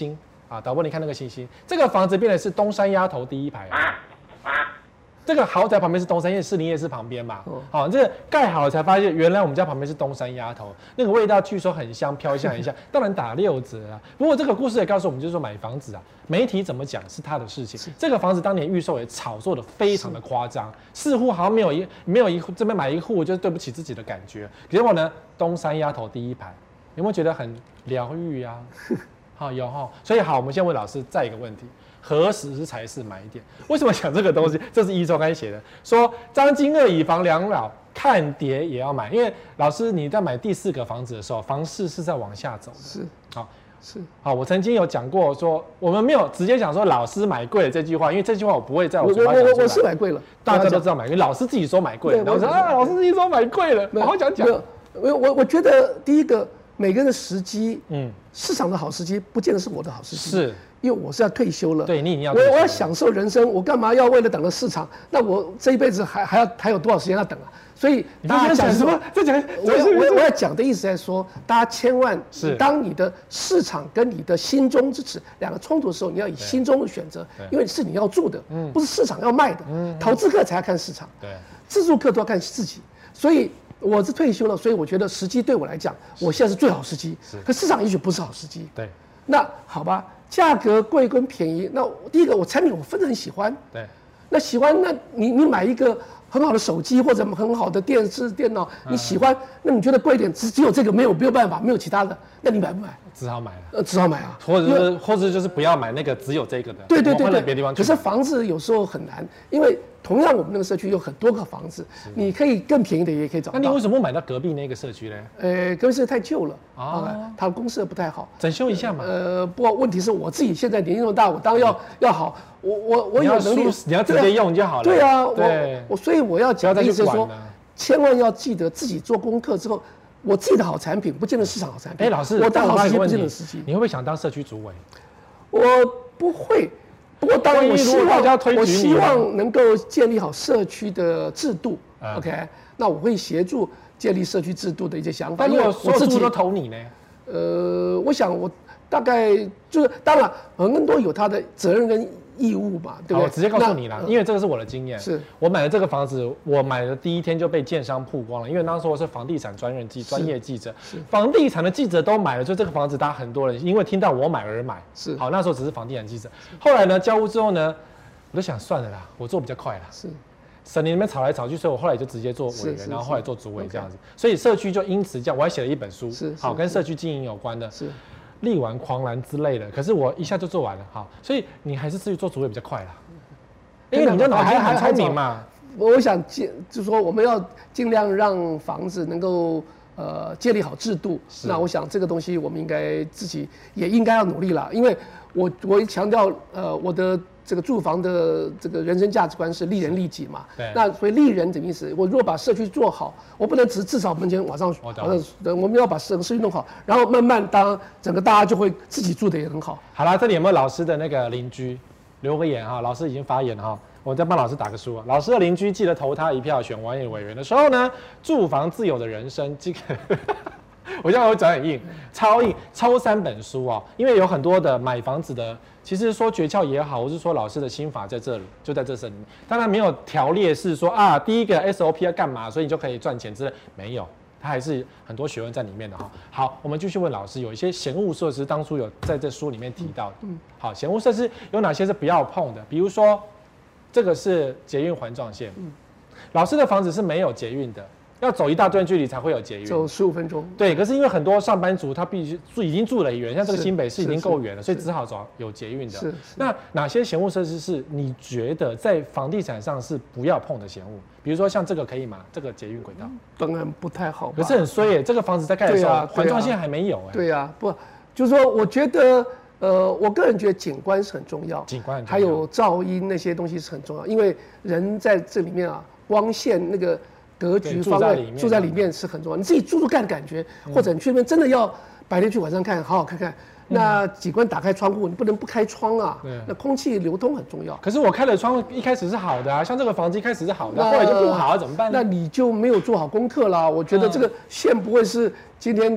啊，导播你看那个星星，这个房子变成是东山鸭头第一排。这个豪宅旁边是东山，因为士林夜市旁边嘛。好，这个盖好了才发现，原来我们家旁边是东山鸭头，那个味道据说很香，飘香很香，当然打6折啊。不过这个故事也告诉我们，就是说买房子啊，媒体怎么讲是他的事情。这个房子当年预售也炒作的非常的夸张，似乎好像没有一户这边买一户就是对不起自己的感觉。结果呢，东山鸭头第一排，有没有觉得很疗愈啊？好，有哈。所以好，我们先问老师再一个问题。何时才是买点？为什么讲这个东西？这是1周刊写的，说张金二以房两老，看跌也要买。因为老师你在买第4个房子的时候，房市是在往下走的。 是， 好， 是， 好。我曾经有讲过说，我们没有直接讲说老师买贵了这句话，因为这句话我不会在我嘴巴讲出来。 我是买贵了， 大家都知道买贵，老师自己说买贵了，然后说啊，老师自己说买贵了，好好讲讲。 我觉得第一个，每个人的时机，市场的好时机，不见得是我的好时机。 是。 因为我是要退休了， 对你已经要退休了，我要享受人生，我干嘛要为了等着市场？那我这一辈子还有多少时间要等啊？所以大家讲什么？我要讲的意思在说，大家千万是当你的市场跟你的心中之持两个冲突的时候，你要以心中的选择，因为是你要住的，不是市场要卖的。投资客才要看市场，自住客都要看自己。所以我是退休了，所以我觉得时机对我来讲，我现在是最好时机。可市场也许不是好时机。 对， 那好吧。价格贵跟便宜，那第一个我产品我分得很喜欢， 对， 那喜欢，那你买一个很好的手机或者很好的电视电脑，你喜欢，那你觉得贵一点，只有这个没有办法，没有其他的，那你买不买？ 只好买了， 只好买啊， 或者就是不要买那个只有这个的， 对， 换到别地方去。 可是房子有时候很难，因为同样我们那个社区有很多个房子，你可以更便宜的也可以找到。 那你为什么不买到隔壁那个社区呢？ 隔壁社区太旧了啊，它的公设不太好， 整修一下嘛。 不过问题是我自己现在年纪那么大，我当然要好，我有能力， 你要直接用就好了。 对啊，所以我要讲的意思是说，千万要记得自己做功课之后。我自己的好产品，不见得市场好产品。 老师， 我当好时机不见得时机。 你会不会想当社区主委？ 我不会，不过当然我希望能够建立好社区的制度。OK， 那我会协助建立社区制度的一些想法。 因为我自己都投你呢。 我想我大概就是，当然很多有他的责任跟义务嘛，对不对？ 我直接告诉你啦，因为这个是我的经验。 是我买了这个房子，我买的第1天就被建商曝光了，因为那时候我是房地产专业记者，房地产的记者都买了，就这个房子，大家很多人因为听到我买而买。 是好，那时候只是房地产记者，后来呢交屋之后呢，我就想算了啦，我做比较快啦。 是。 省里那边吵来吵去，所以我后来就直接做委员，然后后来做主委这样子，所以社区就因此这样，我还写了一本书，好跟社区经营有关的。 是。 力挽狂澜之类的，可是我一下就做完了，好，所以你还是自己做主委比较快啦，因为你的脑筋很聪明嘛。 我想就是说我们要尽量让房子能够建立好制度，那我想这个东西我们应该自己也应该要努力了，因为我强调我的这个住房的这个人生价值观是利人利己嘛。 对。 那所以利人怎么意思？我如果把社区做好，我不能只至少门前往上，我们要把整个社区弄好，然后慢慢当整个大家就会自己住的也很好。 好啦，这里有没有老师的那个邻居留个言哈？老师已经发言了哈，我再帮老师打个书。老师的邻居记得投他一票，选完委员的时候呢，住房自有的人生这个。我现在会讲很硬，超硬，抽3本书哦，因为有很多的买房子的，其实说诀窍也好，或是说老师的心法在这里，就在这里面。当然没有条列是说啊，第一个 SOP 要干嘛，所以你就可以赚钱之类，没有，它还是很多学问在里面的哈。好，我们继续问老师，有一些嫌恶设施，当初有在这书里面提到的。好，嫌恶设施有哪些是不要碰的？比如说，这个是捷运环状线，老师的房子是没有捷运的。要走一大段距离才会有捷运， 走15分钟。 对，可是因为很多上班族他必须已经住了很远，像这个新北市已经够远了，所以只好找有捷运的。那哪些嫌恶设施是你觉得在房地产上是不要碰的嫌恶？比如说像这个可以吗？这个捷运轨道当然不太好， 可是很衰耶。这个房子在盖的时候，环状线还没有哎。 对呀，不就是说，我觉得我个人觉得景观是很重要， 景观很重要， 还有噪音那些东西是很重要，因为人在这里面啊，光线那个。格局方位住在里面是很重要，你自己住看感觉，或者你去那边真的要白天去晚上看，好好看看。那景观打开窗户，你不能不开窗啊。那空气流通很重要。 可是我开的窗一开始是好的啊，像这个房子一开始是好的，后来就不好，怎么办呢？ 那你就没有做好功课啦。我觉得这个线不会是今天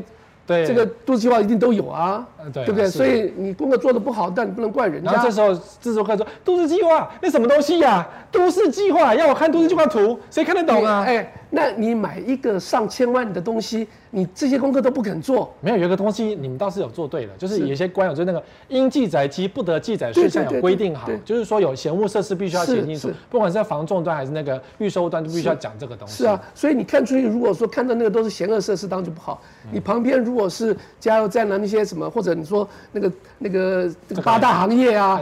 对， 这个都市计划一定都有啊， 对不对？所以你功课做得不好，但你不能怪人家。 然后这时候制作课说都市计划那什么东西呀？都市计划要我看都市计划图，谁看得懂啊？ 哎，那你买一个上千万的东西，你这些功课都不肯做。 没有，有一个东西你们倒是有做对了，就是有些官有就是那个应记载机不得记载事项有规定好，就是说有嫌恶设施必须要写清楚，不管是在房仲端还是那个预售端都必须要讲这个东西。 是啊，所以你看出去，如果说看到那个都是嫌恶设施，当然就不好。你旁边如果是加油站的那些什么，或者你说那个8大行业啊，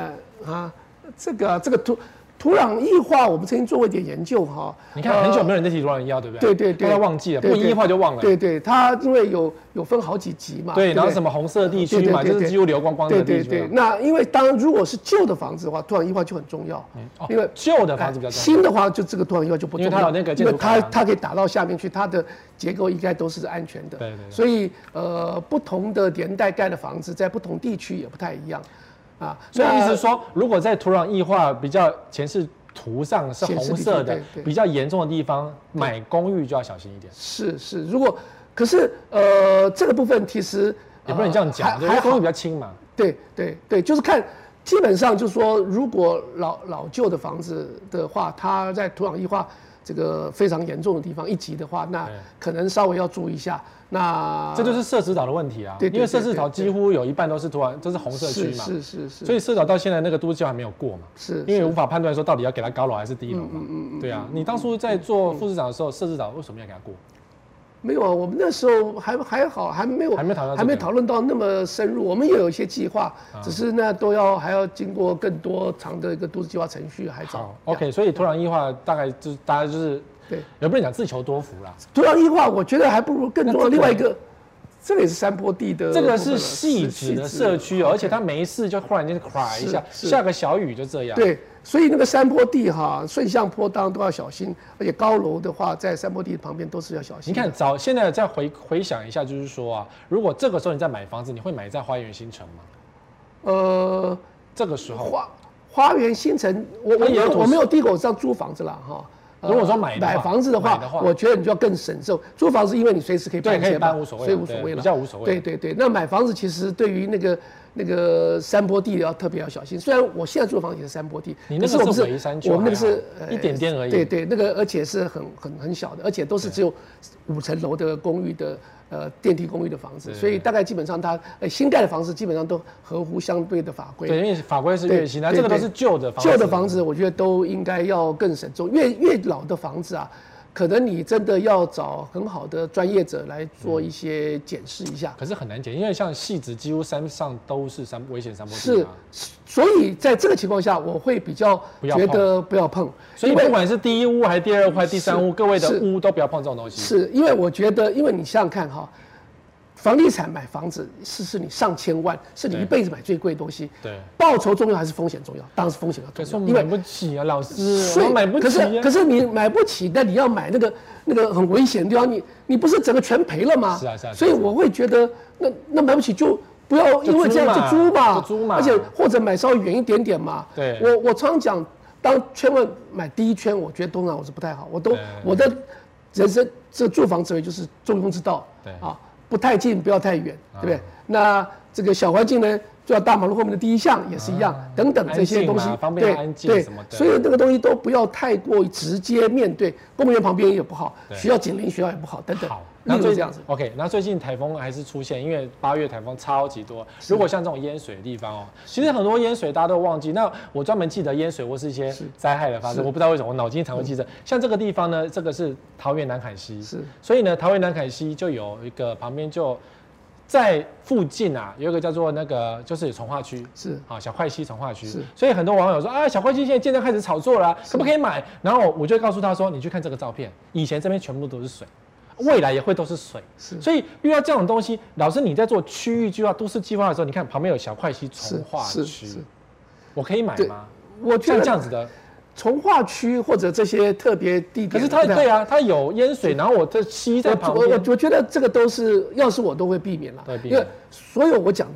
这个土壤异化，我们曾经做过一点研究哈。 你看很久没有人在提土壤异化，对不对？ 对， 大家忘记了，不异化就忘了。 对，它因为有分好几级嘛。 对，然后什么红色地区嘛，就是几乎流光光的地区。 对，那因为如果是旧的房子的话，土壤异化就很重要。因为旧的房子比较重要。 新的话，就这个土壤异化就不重要， 因为它有那个建筑因为它可以打到下面去，它的结构应该都是安全的。 对。 所以不同的年代盖的房子，在不同地区也不太一样。 所以意思是说，如果在土壤异化比较前是图上是红色的，比较严重的地方，买公寓就要小心一点。 是，可是这个部分其实也不能这样讲，因为公寓比较轻嘛。 对，就是看，基本上就是说，如果老旧的房子的话，它在土壤异化这个非常严重的地方1级的话，那可能稍微要注意一下。那这就是社子岛的问题啊，因为社子岛几乎有一半都是土壤，这是红色区嘛， 是，所以社岛到现在那个都市计划还没有过嘛， 是因为无法判断说到底要给它高楼还是低楼嘛，对啊，你当初在做副市长的时候，社子岛为什么要给它过？ 没有啊，我们那时候还好，还没讨论到那么深入。我们也有一些计划，只是那还要经过更多长的一个都市计划程序，还早。 OK， 所以土壤异化大概就是对， 也不能讲自求多福啦。 土壤异化，我觉得还不如更重要。另外一个，这个也是山坡地的， 这个是细致的社区哦，而且它没事就忽然间咵一下，下个小雨就这样。 对，所以那个山坡地顺向坡当然都要小心，而且高楼的话，在山坡地旁边都是要小心。 你看，现在再回想一下，就是说啊，如果这个时候你在买房子，你会买在花园新城吗？这个时候花园新城，我没有第一个我这样租房子了哈。 如果说买房子的话，我觉得你就要更慎重。租房子因为你随时可以搬迁嘛，所以无所谓了， 比较无所谓。 对，那买房子其实对于那个山坡地特别要小心。虽然我现在住的房子也是山坡地， 你那个是围山区， 我们那个是一点点而已。 对，那个而且是很小的，而且都是只有5层楼的公寓的电梯公寓的房子，所以大概基本上它新盖的房子基本上都合乎相对的法规。 对，因为法规是越新，那这个都是旧的房子。 旧的房子我觉得都应该要更慎重，越老的房子啊，可能你真的要找很好的专业者来做一些检视一下。 可是很难检，因为像汐止几乎山上都是危险山坡地嘛。 是，所以在这个情况下，我会比较觉得不要碰。 所以不管是第1屋还是第2屋还是第3屋，各位的屋都不要碰这种东西。 是因为我觉得，因为你想想看哈。房地产买房子是你上千万，是你一辈子买最贵的东西。 对， 报酬重要还是风险重要？当然是风险要重要。 因为买不起啊，老师，我买不起啊。 可是你买不起，但你要买那个很危险的地方，你不是整个全赔了吗？ 是啊。 所以我会觉得，那买不起就不要因为这样就租嘛，而且或者买稍微远一点点嘛。 对， 我常讲，当千万买第一圈，我觉得通常我是不太好。我的人生这住房思维就是中庸之道。 对啊。不太近，不要太远，对不对？那这个小环境呢，就要大马路后面的第一项也是一样，等等这些东西， 对， 所以那个东西都不要太过直接面对，公务员旁边也不好，学校紧邻学校也不好，等等。 好， 那就这样子。 OK， 那最近台风还是出现，因为8月台风超级多。如果像这种淹水的地方哦，其实很多淹水大家都忘记。那我专门记得淹水或是一些灾害的发生，我不知道为什么我脑筋常会记着。像这个地方呢，这个是桃园南崁溪，所以呢，桃园南崁溪就有一个旁边就。在附近啊，有一个叫做就是从化区，小槐溪从化区，所以很多网友说啊，小槐溪现在建设开始炒作了，可不可以买？然后我就告诉他说，你去看这个照片，以前这边全部都是水，未来也会都是水，所以遇到这种东西，老师你在做区域计划、都市计划的时候，你看旁边有小槐溪从化区，我可以买吗？ 我觉得这样子的。 从化区或者这些特别地点， 可是对啊，它有淹水，然后我的溪在旁边。 我觉得这个都是，要是我都会避免了，因为所有我讲的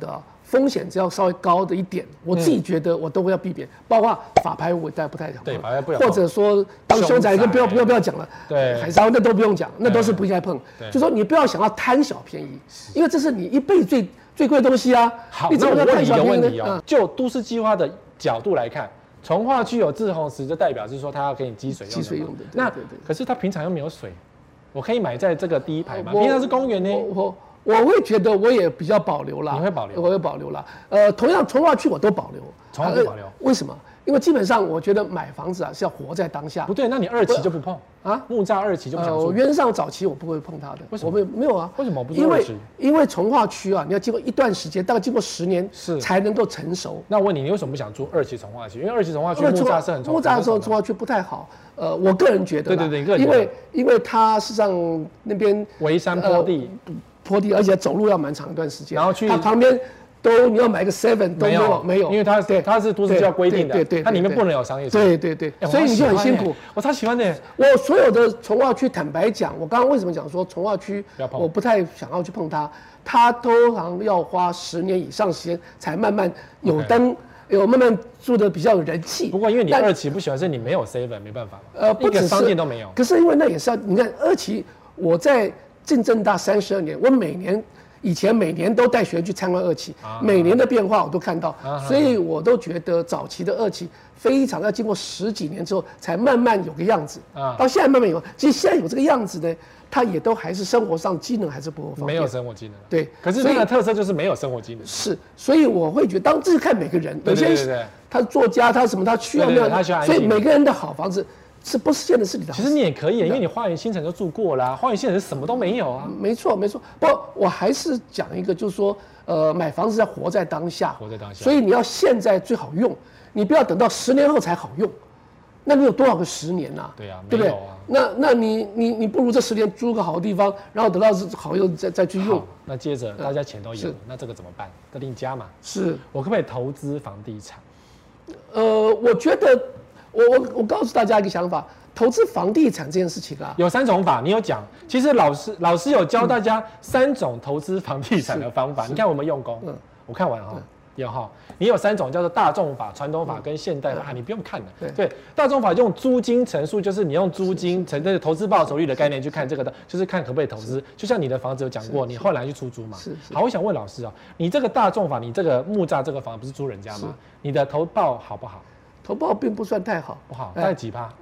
风险只要稍微高的一点，我自己觉得我都会要避免，包括法拍我也不太想碰， 对，法拍不了， 或者说当凶宅跟不要讲了， 对， 海沙那都不用讲，那都是不应该碰。就说你不要想要贪小便宜，因为这是你一辈子最贵的东西啊。 好， 你怎么那我问你一个问题呢？ 就都市计划的角度来看，从化区有滞洪池，就代表是说它要给你积水用的。 积水用的。 那可是它平常又没有水，我可以买在这个第一排吗？平常是公园呢。 我会觉得我也比较保留啦。 你会保留？ 我会保留啦。同样从化区我都保留。 从化都保留。 为什么？因为基本上我觉得买房子啊是要活在当下。 不对，那你2期就不碰啊？木栅2期就不想住？ 我原则上早期我不会碰它的。 为什么？ 没有啊？ 为什么不做2期？ 因为从化区啊，你要经过一段时间，大概经过10年才能够成熟。 那我问你，你为什么不想住2期从化区？因为2期从化区木栅是很木栅的时候从化区不太好。我个人觉得， 对， 因为它事实上那边围山坡地。 坡地，而且走路要蛮长一段时间。 然后去它旁边你要买个 7都没有， 因为它是都市计划规定的， 对， 它里面不能有商业。 对，所以你就很辛苦。 我超喜欢的。 我所有的从化区，坦白讲，我刚刚为什么讲说从化区我不太想要去碰它，它通常要花10年以上时间才慢慢有灯。有慢慢住的比较有人气。不过因为你2期不喜欢，是你没有 7， 没办法嘛。一个商店都没有。 可是因为那也是要你看2期，我在进政大32年，我以前每年都带学生去参观2期，每年的变化我都看到，所以我都觉得早期的2期非常要经过10几年之后才慢慢有个样子，到现在慢慢有。其实现在有这个样子呢，它也都还是生活上机能还是不够方便， 没有生活机能。 对， 可是这个特色就是没有生活机能。 是，所以我会觉得，这是看每个人，有些人他是作家，他什么他需要那样，所以每个人的好房子。是不是现在是你的？ 其实你也可以，因为你花园新城就住过啦，花园新城什么都没有啊。 没错。不过我还是讲一个，就是说，买房子要活在当下，所以你要现在最好用，你不要等到10年后才好用。那你有多少个10年啊？ 对啊， 对不对？那你不如这10年租个好的地方，然后等到好用再去用。 那接着大家钱都有了，那这个怎么办？这另加嘛。 是我可不可以投资房地产？ 我觉得。我告诉大家一个想法，投资房地产这件事情啊， 有3种法，你有讲。其实老师有教大家3种投资房地产的方法，你看我们用功。我看完哈，有哈，你有3种叫做大众法、传统法跟现代法，你不用看的。对，大众法用租金乘数，就是你用租金乘这个投资报酬率的概念去看这个的，就是看可不可以投资。就像你的房子有讲过，你后来去出租嘛。好，我想问老师啊，你这个大众法，你这个木栅这个房不是租人家吗？你的投报好不好？ 投报并不算太好， 不好，大概几趴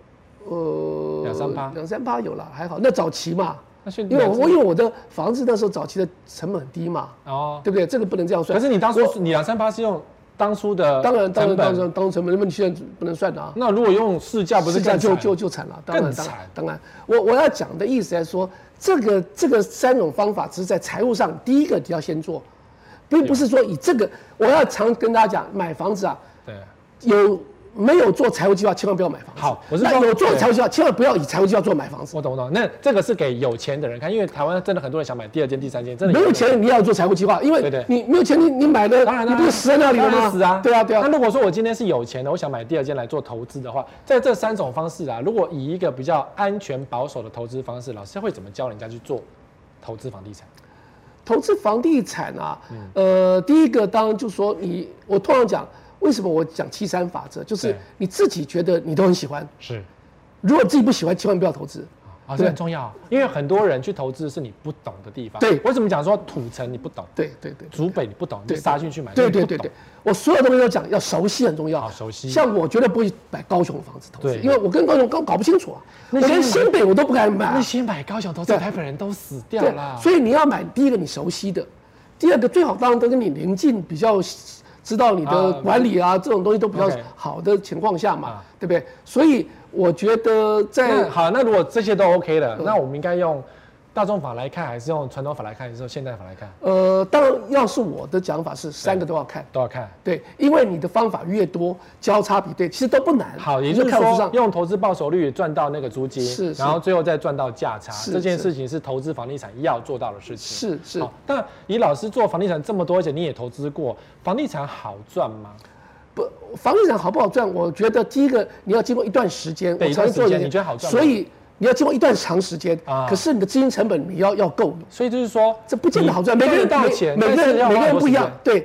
？2-3%有了，还好。那早期嘛，因为我的房子那时候早期的成本很低嘛，对不对？这个不能这样算。 可是你当初你2-3%是用当初的当然成本，那么你现在不能算的啊。 那如果用市价不是更惨？ 就惨了， 更惨。 当然，我要讲的意思来说，这个3种方法只是在财务上，第一个你要先做，并不是说以这个。我要常跟大家讲，买房子啊，对，没有做财务计划，千万不要买房子。 好，我是说有做财务计划，千万不要以财务计划做买房子。 我懂。那这个是给有钱的人看，因为台湾真的很多人想买第2间、第3间，真的没有钱你要做财务计划，因为你没有钱，你买的你不是死在那里了吗？ 死啊！ 对啊。 那如果说我今天是有钱的，我想买第2间来做投资的话，在这3种方式啊，如果以一个比较安全保守的投资方式，老师会怎么教人家去做投资房地产？ 投资房地产啊，第一个当然就是说我通常讲。为什么我讲7-3法则？就是你自己觉得你都很喜欢， 是。 如果自己不喜欢，千万不要投资。 这很重要，因为很多人去投资是你不懂的地方。 对， 我怎么讲说土城你不懂， 对， 竹北你不懂，你杀进去买， 对。我所有东西都讲要熟悉很重要， 好熟悉。 像我绝对不会买高雄的房子投资，因为我跟高雄搞不清楚啊，我连新北我都不敢买。 那些买高雄投资，台北人都死掉了。 所以你要买第一个你熟悉的，第二个最好当然都跟你邻近比较。知道你的管理啊，这种东西都比较好的情况下嘛，对不对？所以我觉得好，那如果这些都 OK 了，那我们应该用大众法来看，还是用传统法来看，还是用现代法来看？ 当然，要是我的讲法是3个都要看，对，因为你的方法越多，交叉比对其实都不难。 好，也就是说，用投资报酬率赚到那个租金，然后最后再赚到价差，这件事情是投资房地产要做到的事情。 是。 好，但以老师做房地产这么多，而且你也投资过，房地产好赚吗？ 不，房地产好不好赚？我觉得第一个你要经过一段时间， 一段时间你觉得好赚吗？ 所以。你要经过一段长时间，可是你的资金成本你要够， 所以就是说， 这不见得好赚。每个人到钱， 每个人不一样。对，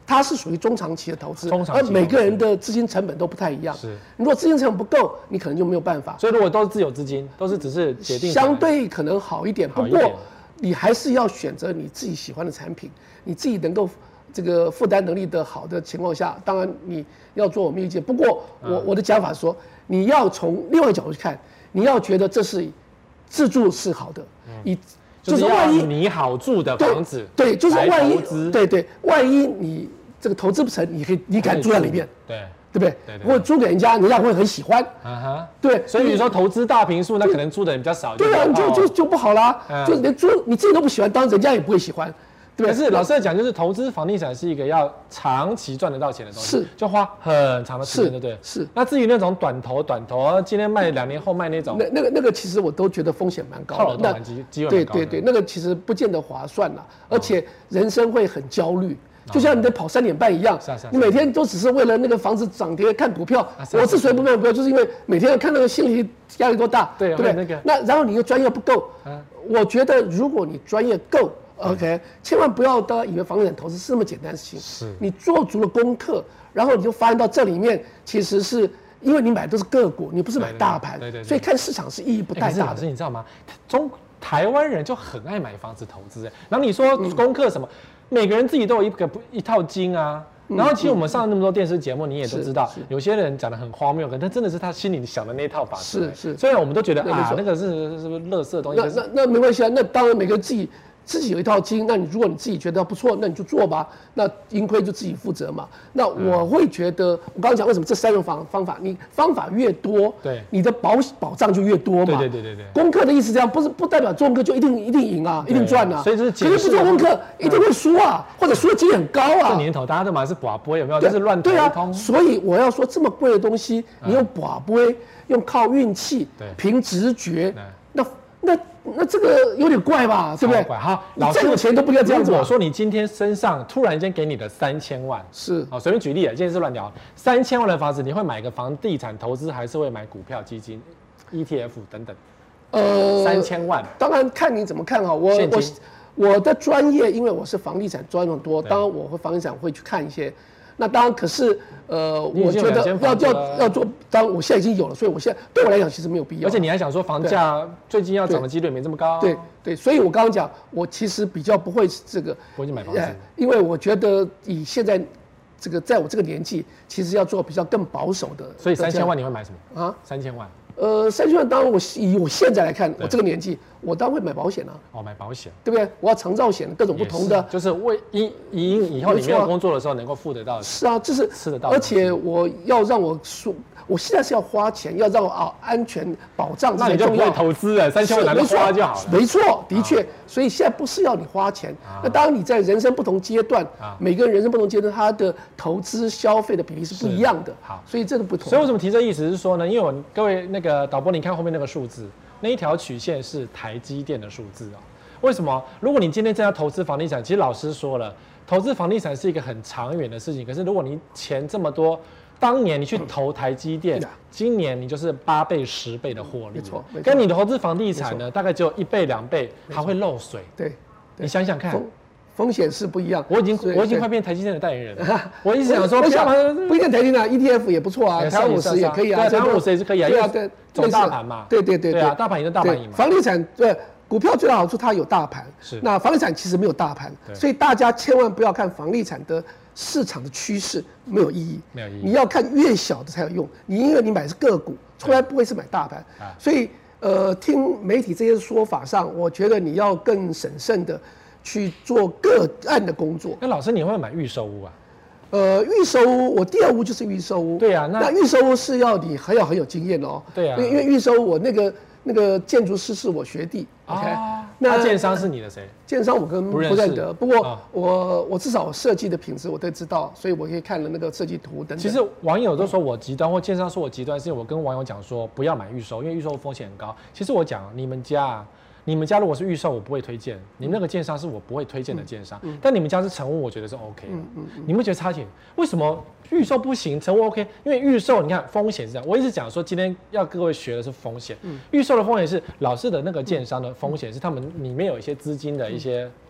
它是属于中长期的投资， 而每个人的资金成本都不太一样。 是， 如果资金成本不够，你可能就没有办法。 所以如果都是自有资金，都是只是决定相对可能好一点，不过你还是要选择你自己喜欢的产品，你自己能够这个负担能力的好的情况下，当然你要做我们意见。不过我的讲法说，你要从另外一个角度去看，你要觉得这是自住是好的， 就是万一你好住的房子， 对，就是万一，对，万一你这个投资不成，你敢住在里面， 对不对？或者租给人家会很喜欢，对。 所以比如说投资大坪数，那可能租的人比较少， 对啊，就不好啦，就连租你自己都不喜欢，当然人家也不会喜欢。 可是老实讲，就是投资房地产是一个要长期赚得到钱的东西， 是就花很长的时间，对不对？ 是。 那至于那种短投，今天卖2年后卖那种， 那个其实我都觉得风险蛮高的， 套牢动机会蛮高的。 对，那个其实不见得划算啦，而且人生会很焦虑。就像你在跑3点半一样，你每天都只是为了那个房子涨跌看股票。我之所以不卖股票，就是因为每天要看那个心理压力多大，对不对？那然后你的专业不够，我觉得如果你专业够。OK， 千万不要以为房地产投资是那么简单的事情。 是， 你做足了功课，然后你就发现到这里面其实是因为你买的都是个股，你不是买大盘，所以看市场是意义不太大的。 可是老师，你知道吗？台湾人就很爱买房子投资，然后你说功课什么，每个人自己都有一套经啊。然后其实我们上了那么多电视节目，你也都知道，有些人讲的很荒谬，但真的是他心里想的那套法则。是。虽然我们都觉得那个是不是垃圾的东西？ 那没关系啊，那当然每个人自己有一套经，那如果你自己觉得不错，那你就做吧。那盈亏就自己负责嘛。那我会觉得，我刚刚讲为什么这3种方法，你方法越多，对，你的保障就越多嘛。对。功课的意思这样，不代表做功课就一定赢啊，一定赚啊。 所以就是， 可是不做功课一定会输啊，或者输的几率很高啊。 这年头大家都买是拔杯，有没有？就是乱投一通。 所以我要说，这么贵的东西，你用拔杯，用靠运气，凭直觉，那这个有点怪吧，对不对？ 好， 老师，再有钱都不要这样子。 我说你今天身上突然间给你的3000万， 是好，随便举例啊，今天是乱聊，3000万的房子，你会买个房地产投资，还是会买股票、基金、ETF 等等？3000万， 当然看你怎么看啊。我的专业，因为我是房地产专很多，当然我和房地产会去看一些。那当然，可是我觉得要做，当然我现在已经有了，所以我现在对我来讲其实没有必要。 而且你还想说房价最近要涨的几率没这么高。 对，所以我刚刚讲，我其实比较不会这个， 不会去买房子， 因为我觉得以现在这个在我这个年纪，其实要做比较更保守的。 所以3000万你会买什么啊？3000万。 3000万，当然以我现在来看，我这个年纪，我当然会买保险啊。 买保险， 对不对？我要长照险，各种不同的， 就是为以后你没有工作的时候能够付得到。 是啊，这是吃得到。 而且我要让我说，我现在是要花钱，要让我安全保障。 那你就不会投资了，3000万拿来花就好了。 没错，的确。所以现在不是要你花钱。那当然你在人生不同阶段，每个人人生不同阶段，他的投资消费的比例是不一样的。好，所以这个不同。 所以为什么提这意思是说呢？因为各位那个导播，你看后面那个数字，那一条曲线是台积电的数字啊。为什么？如果你今天真要投资房地产，其实老师说了，投资房地产是一个很长远的事情。可是如果你钱这么多，当年你去投台积电，今年你就是8倍、10倍的获利。没错，跟你的投资房地产呢，大概只有1倍、2倍，还会漏水。 对， 你想想看。 风险是不一样。 我已经快变台积电的代言人了。我一直想说， 不一定台积电ETF 也不错啊，台湾50也可以啊， 台湾50也是可以啊，因为走大盘嘛。对啊，大盘也是大盘赢嘛。 房地产股票最大好处它有大盘，那房地产其实没有大盘，所以大家千万不要看房地产的市场的趋势，没有意义。你要看越小的才有用。因为你买的是个股，从来不会是买大盘。所以听媒体这些说法上，我觉得你要更审慎的去做个案的工作。 那老师，你会买预售屋啊？ 预售屋，我第2屋就是预售屋。 对啊， 那预售屋是要你很有经验哦。 对啊， 因为预售屋我那个建筑师是我学弟。OK， 那建商是你的谁？ 建商我跟不认得，不过我至少设计的品质我都知道，所以我可以看了那个设计图等等。 其实网友都说我极端，或建商说我极端，是因为我跟网友讲说不要买预售，因为预售风险很高。其实我讲你们家如果是预售，我不会推荐；你们那个建商是我不会推荐的建商。但你们家是成屋，我觉得是 OK 的。你们觉得差钱？为什么预售不行，成屋 OK？因为预售你看风险是这样，我一直讲说今天要各位学的是风险。预售的风险是老师的那个建商的风险是他们里面有一些资金的一些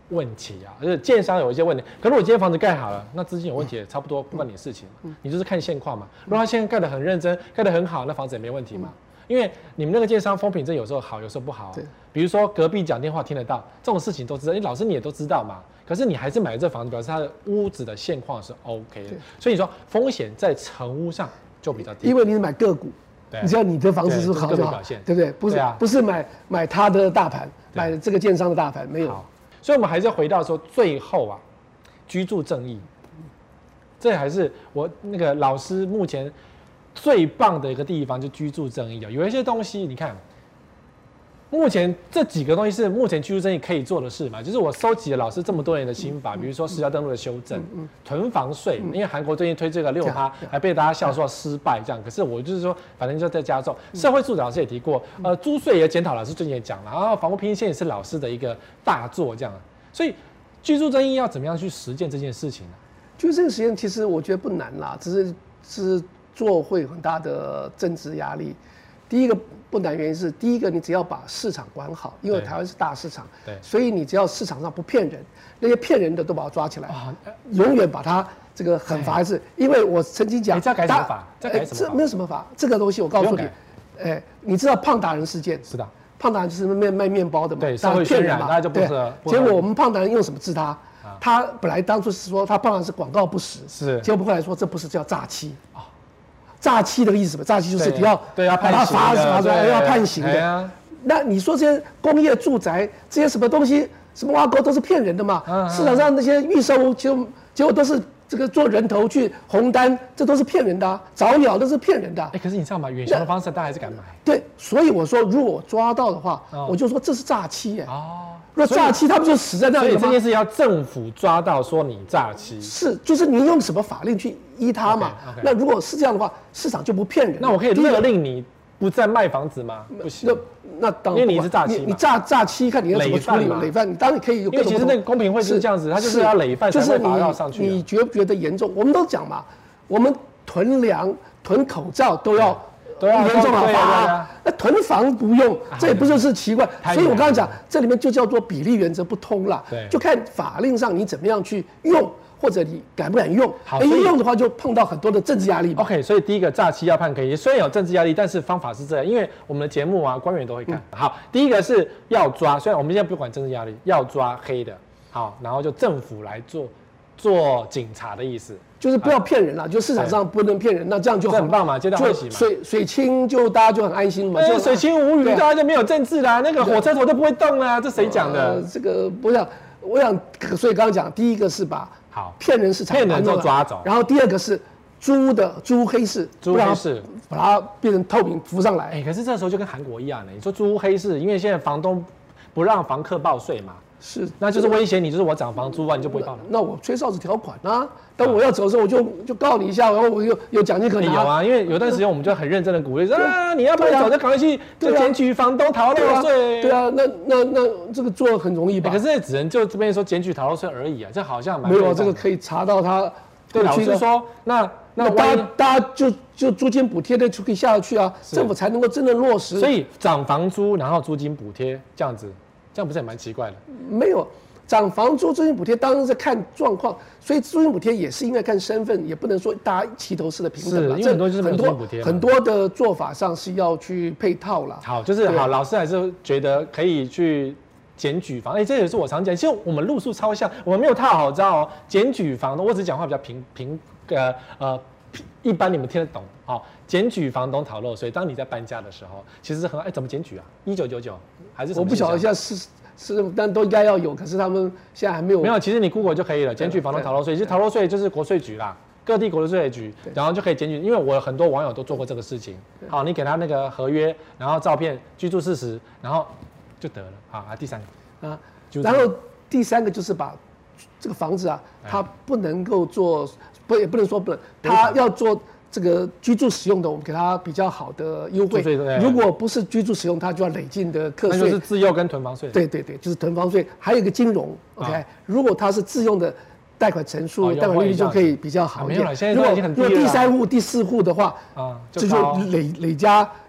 问题啊，就是建商有一些问题。可是我今天房子盖好了，那资金有问题也差不多不关你的事情，你就是看现况嘛。如果他现在盖得很认真，盖得很好，那房子也没问题嘛。因为你们那个建商风评证有时候好，有时候不好。比如说隔壁讲电话听得到，这种事情都知道。老师你也都知道嘛。可是你还是买了这房子，表示它的屋子的现况是 OK 的。所以你说风险在成屋上就比较低， 因为你是买个股。你知道你的房子是好就好，对不对？不是买他的大盘，买这个建商的大盘，没有。 所以我们还是要回到说，最后啊，居住正义，这还是我那个老师目前最棒的一个地方，就居住正义啊。有一些东西，你看，目前这几个东西是目前居住正义可以做的事嘛？就是我收集了老师这么多年的心法，比如说实价登录的修正，囤房税，因为韩国最近推这个6%，还被大家笑说失败这样。可是我就是说，反正就在加重。社会住宅老师也提过，租税也检讨，老师最近也讲了，然后房屋评线也是老师的一个大作这样。所以居住正义要怎么样去实践这件事情呢？ 居住这个实践其实我觉得不难啦，只是做会有很大的政治压力。第一个不难原因是，第一个你只要把市场管好，因为台湾是大市场，所以你只要市场上不骗人，那些骗人的都把它抓起来，永远把它这个狠罚一次。因为我曾经讲， 这改什么法？这改什么法？ 这没有什么法，这个东西我告诉你，你知道胖达人事件？ 是的， 胖达人就是卖面包的嘛， 对，社会渲染，大家就不是。 结果我们胖达人用什么治他？他本来当初是说他胖达人是广告不实， 是， 结果后来说这不是叫诈欺。诈欺的意思嘛，诈欺就是你要把它罚出来，要判刑的。那你说这些工业住宅这些什么东西，什么挖沟都是骗人的嘛？市场上那些预售屋，结果都是这个做人头去红单，这都是骗人的啊！早鸟都是骗人的。 可是你知道吗？远雄的方式大家还是敢买。 对，所以我说，如果抓到的话，我就说这是诈欺耶。如果诈欺，他不就死在那里吗？ 所以这件事要政府抓到，说你诈欺。 是，就是你用什么法令去依他嘛？那如果是这样的话，市场就不骗人。 那我可以勒令你不再卖房子吗？不行。 那当然， 因为你是诈欺， 你诈欺，看你要怎么处理累犯。你当然可以有各种。 因为其实那个公平会是这样子，他就是要累犯才会罚到上去。 你觉不觉得严重？我们都讲嘛，我们囤粮、囤口罩都要严重了罚。那囤房不用，这也不就是奇怪。所以我刚刚讲，这里面就叫做比例原则不通了。就看法令上你怎么样去用。或者你敢不敢用？用的话就碰到很多的政治压力。 OK， 所以第一个诈欺要判可以，虽然有政治压力，但是方法是这样，因为我们的节目啊，官员都会看。好，第一个是要抓，虽然我们现在不管政治压力，要抓黑的，好，然后就政府来做警察的意思， 就是不要骗人了，就市场上不能骗人，那这样就很棒嘛，皆大欢喜嘛。 水清就大家就很安心嘛， 就水清无鱼，大家就没有政治啦，那个火车头就不会动啦，这谁讲的？ 这个我想，所以刚刚讲，第一个是把骗人市场骗人就抓走， 然后第二个是租黑市，把它变成透明浮上来。 可是这时候就跟韩国一样的，你说租黑市，因为现在房东不让房客报税嘛， 是， 那就是威胁你，就是我涨房租啊，你就不会报了。 那我吹哨子条款啊，当我要走的时候，我就告你一下，然后我有奖金可拿。 有啊，因为有段时间我们就很认真的鼓励说你要不要走就赶快去检举房东逃漏税。 对啊，那这个做很容易吧？ 可是只能就这边说检举逃漏税而已啊，这好像没有这个可以查到他。 对，老实说，那大家就租金补贴的就可以下得去啊，政府才能够真的落实。 所以涨房租，然后租金补贴这样子，这样不是也蛮奇怪的？ 没有。涨房租、租金补贴当然是看状况，所以租金补贴也是应该看身份，也不能说大家齐头式的平等嘛。 因为很多就是没有租金补贴， 很多的做法上是要去配套啦。 好，就是好，老师还是觉得可以去检举房，这也是我常讲，其实我们路数超像，我们没有套好招哦。检举房东，我只讲话比较一般你们听得懂。好，检举房东逃漏税，当你在搬家的时候，其实是很怎么检举啊？1999还是什么？ 我不晓得现在是，但都应该要有，可是他们现在还没有。 没有，其实你 Google 就可以了，检举房东逃漏税。其实逃漏税就是国税局啦，各地国税局，然后就可以检举。因为我很多网友都做过这个事情。好，你给他那个合约，然后照片、居住事实，然后就得了。好，第三个啊，然后第三个就是把这个房子啊，它不能够做，也不能说不能，它要做。这个居住使用的，我们给他比较好的优惠。如果不是居住使用，他就要累进的课税。 那就是自用跟囤房税。 对，就是囤房税。还有一个金融 ，OK，如果他是自用的贷款成数、贷款利率就可以比较好一点。 没有了，现在已经很低了。 如果第3户、第4户的话，这就累加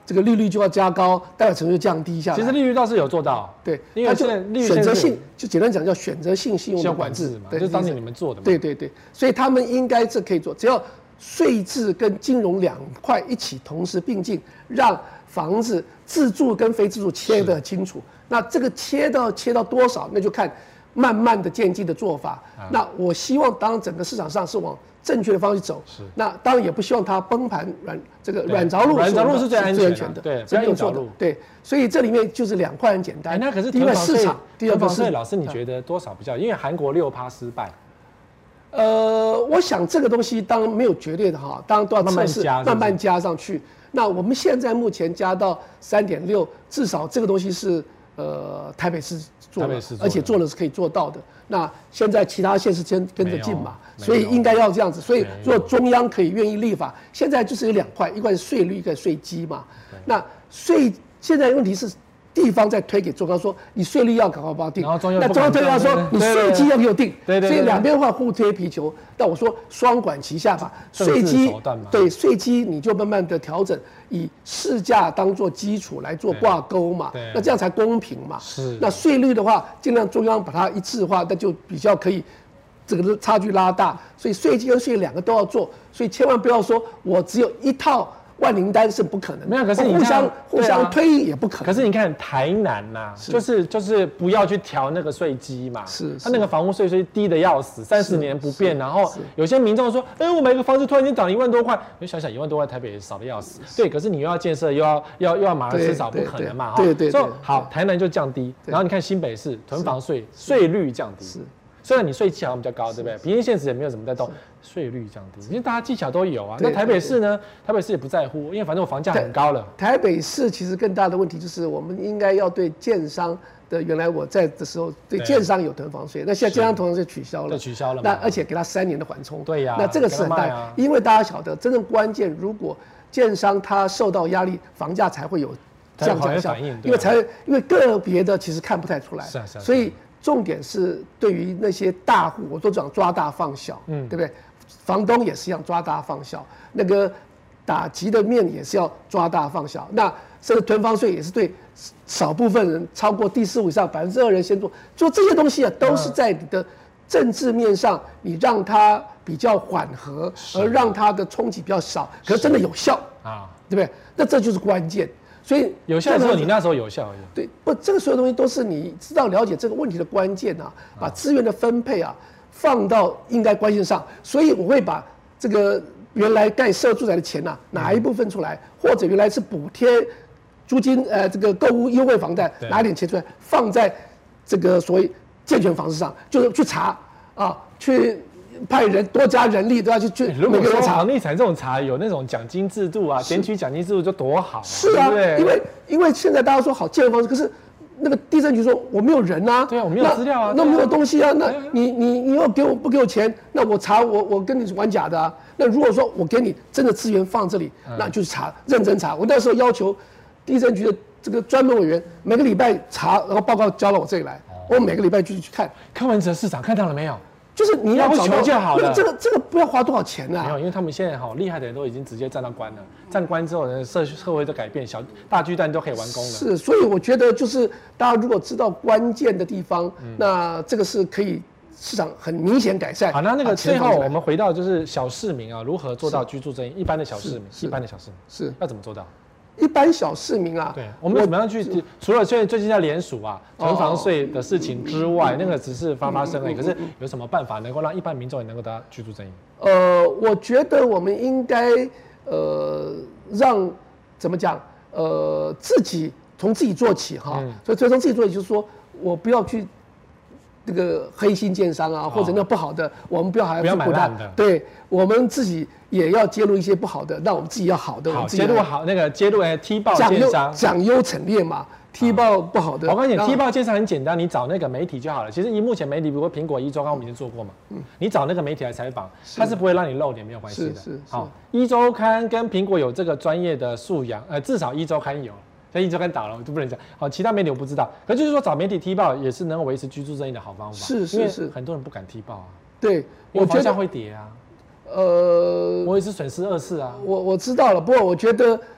这个利率就要加高，贷款成数就降低下来。 其实利率倒是有做到， 对， 因为现在利率选择性，就简单讲叫选择性信用的管制嘛，就是当年你们做的嘛。 对，所以他们应该这可以做，只要税制跟金融两块一起同时并进，让房子自住跟非自住切得清楚。那这个切到多少，那就看慢慢的渐进的做法。那我希望，当整个市场上是往正确的方向走，那当然也不希望它崩盘软着陆是最安全的，对，不要硬着陆。 对，所以这里面就是两块很简单。 那可是第一个市场，第二个是老师，你觉得多少比较？因为韩国6%失败。 我想这个东西当然没有绝对的哈，当然都要测试，慢慢加上去。那我们现在目前加到3.6，至少这个东西是台北市做的，而且做的是可以做到的。那现在其他县市跟着进嘛，所以应该要这样子。所以如果中央可以愿意立法，现在就是有2块，一块是税率，一个税基嘛。那税现在问题是地方在推给中央说，你税率要赶快帮我定，那中央推他说你税基要给我定，所以两边的话互推皮球。但我说双管齐下吧，税基对税基你就慢慢的调整，以市价当做基础来做挂钩嘛，那这样才公平嘛。那税率的话，尽量中央把它一致化，那就比较可以这个差距拉大。所以税基跟税两个都要做，所以千万不要说我只有一套万灵丹是不可能的， 没有，可是你互相推也不可能。 可是你看台南呐，就是不要去调那个税基嘛，他那个房屋税低的要死，30年不变，然后有些民众说，我买个房子突然间涨1万多块，你想想1万多块台北也少的要死，对，可是你又要建设又要马上吃少，不可能嘛， 对， 所以好，台南就降低，然后你看新北市囤房税率降低，虽然你税基好像比较高，对不对？平均现实也没有怎么在动，税率降低，因为大家技巧都有啊。那台北市呢？台北市也不在乎，因为反正我房价很高了。 台北市其实更大的问题就是，我们应该要对建商的原来我在的时候对建商有囤房税，那现在建商囤房税取消了，那而且给他3年的缓冲。 对呀， 那这个是很大，因为大家晓得，真正关键，如果建商他受到压力，房价才会有降价效应，因为个别的其实看不太出来，所以。重点是对于那些大户，我都讲抓大放小，对不对？房东也是一样抓大放小，那个打击的面也是要抓大放小。那甚至囤房税也是对少部分人，超过第4户以上2%人先做这些东西啊，都是在你的政治面上，你让它比较缓和，而让它的冲击比较少，可是真的有效啊，对不对？那这就是关键。所以有效的时候，你那时候有效而已。 对，不，这个所有东西都是你知道了解这个问题的关键啊，把资源的分配啊放到应该关键上。所以我会把这个原来盖社住宅的钱啊拿一部分出来，或者原来是补贴租金这个购屋优惠房贷拿一点钱出来，放在这个所谓健全房市上，就是去查啊去。派人多加人力都要去如果说房地产这种查有那种奖金制度啊，检举奖金制度就多好， 是啊，因为现在大家说好建设方式，可是那个地政局说我没有人啊， 对啊，我没有资料啊， 那没有东西啊，那你又不给我钱，那我查我跟你玩假的啊。那如果说我给你真的资源放这里，那就是查认真查。我那时候要求地政局的这个专门委员每个礼拜查，然后报告交到我这里来，我每个礼拜就去看。 柯文哲市长看到了没有？ 就是你要求就好了， 这个不要花多少钱啊？ 没有，因为他们现在好厉害的人都已经直接站到官了，站官之后呢，社会的改变，大巨蛋都可以完工了。 是，所以我觉得就是大家如果知道关键的地方，那这个是可以市场很明显改善。 好，那最后我们回到就是小市民啊，如何做到居住正义？一般的小市民，是要怎么做到？ 一般小市民啊， 对，我们怎么样去？除了最近在联署啊，囤房税的事情之外，那个只是发声而已。可是有什么办法能够让一般民众也能够得到居住正义？ 我觉得我们应该让怎么讲？自己从自己做起哈。所以从自己做起，就是说我不要去那个黑心建商啊，或者那不好的，我们不要去买烂的。 对，我们自己也要揭露一些不好的，那我们自己要好的。 好，揭露好那个揭露踢爆建商， 讲优惩劣嘛，踢爆不好的。 我跟你讲，踢爆建商很简单，你找那个媒体就好了。其实以目前媒体，比如说苹果1周刊，我们已经做过嘛，你找那个媒体来采访，他是不会让你露脸，没有关系的。好，1周刊跟苹果有这个专业的素养，至少1周刊有。像1周刊倒了，我就不能讲。好，其他媒体我不知道。可就是说，找媒体踢爆也是能够维持居住正义的好方法。 是， 很多人不敢踢爆啊。 对， 因为房价会跌啊。我也是损失2次啊。 我知道了，不过我觉得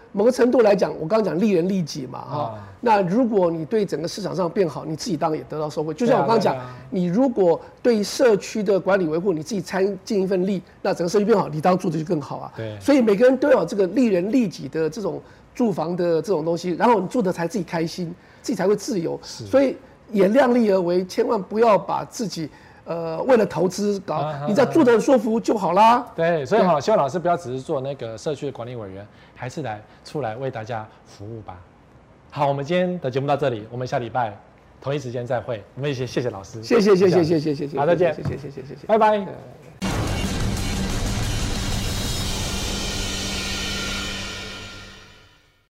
某个程度来讲，我刚刚讲利人利己嘛，哈。那如果你对整个市场上变好，你自己当然也得到收获。就像我刚刚讲，你如果对社区的管理维护，你自己尽一份力，那整个社区变好，你当然住的就更好啊。 对。 所以每个人都有这个利人利己的这种住房的这种东西，然后你住的才自己开心，自己才会自由。所以也量力而为，千万不要把自己。为了投资搞，你只要住得很舒服就好啦。 对，所以好，希望老师不要只是做那个社区的管理委员，还是出来为大家服务吧。好，我们今天的节目到这里，我们下礼拜同一时间再会。我们也谢谢老师， 谢谢， 好，再见， 谢谢， 拜拜。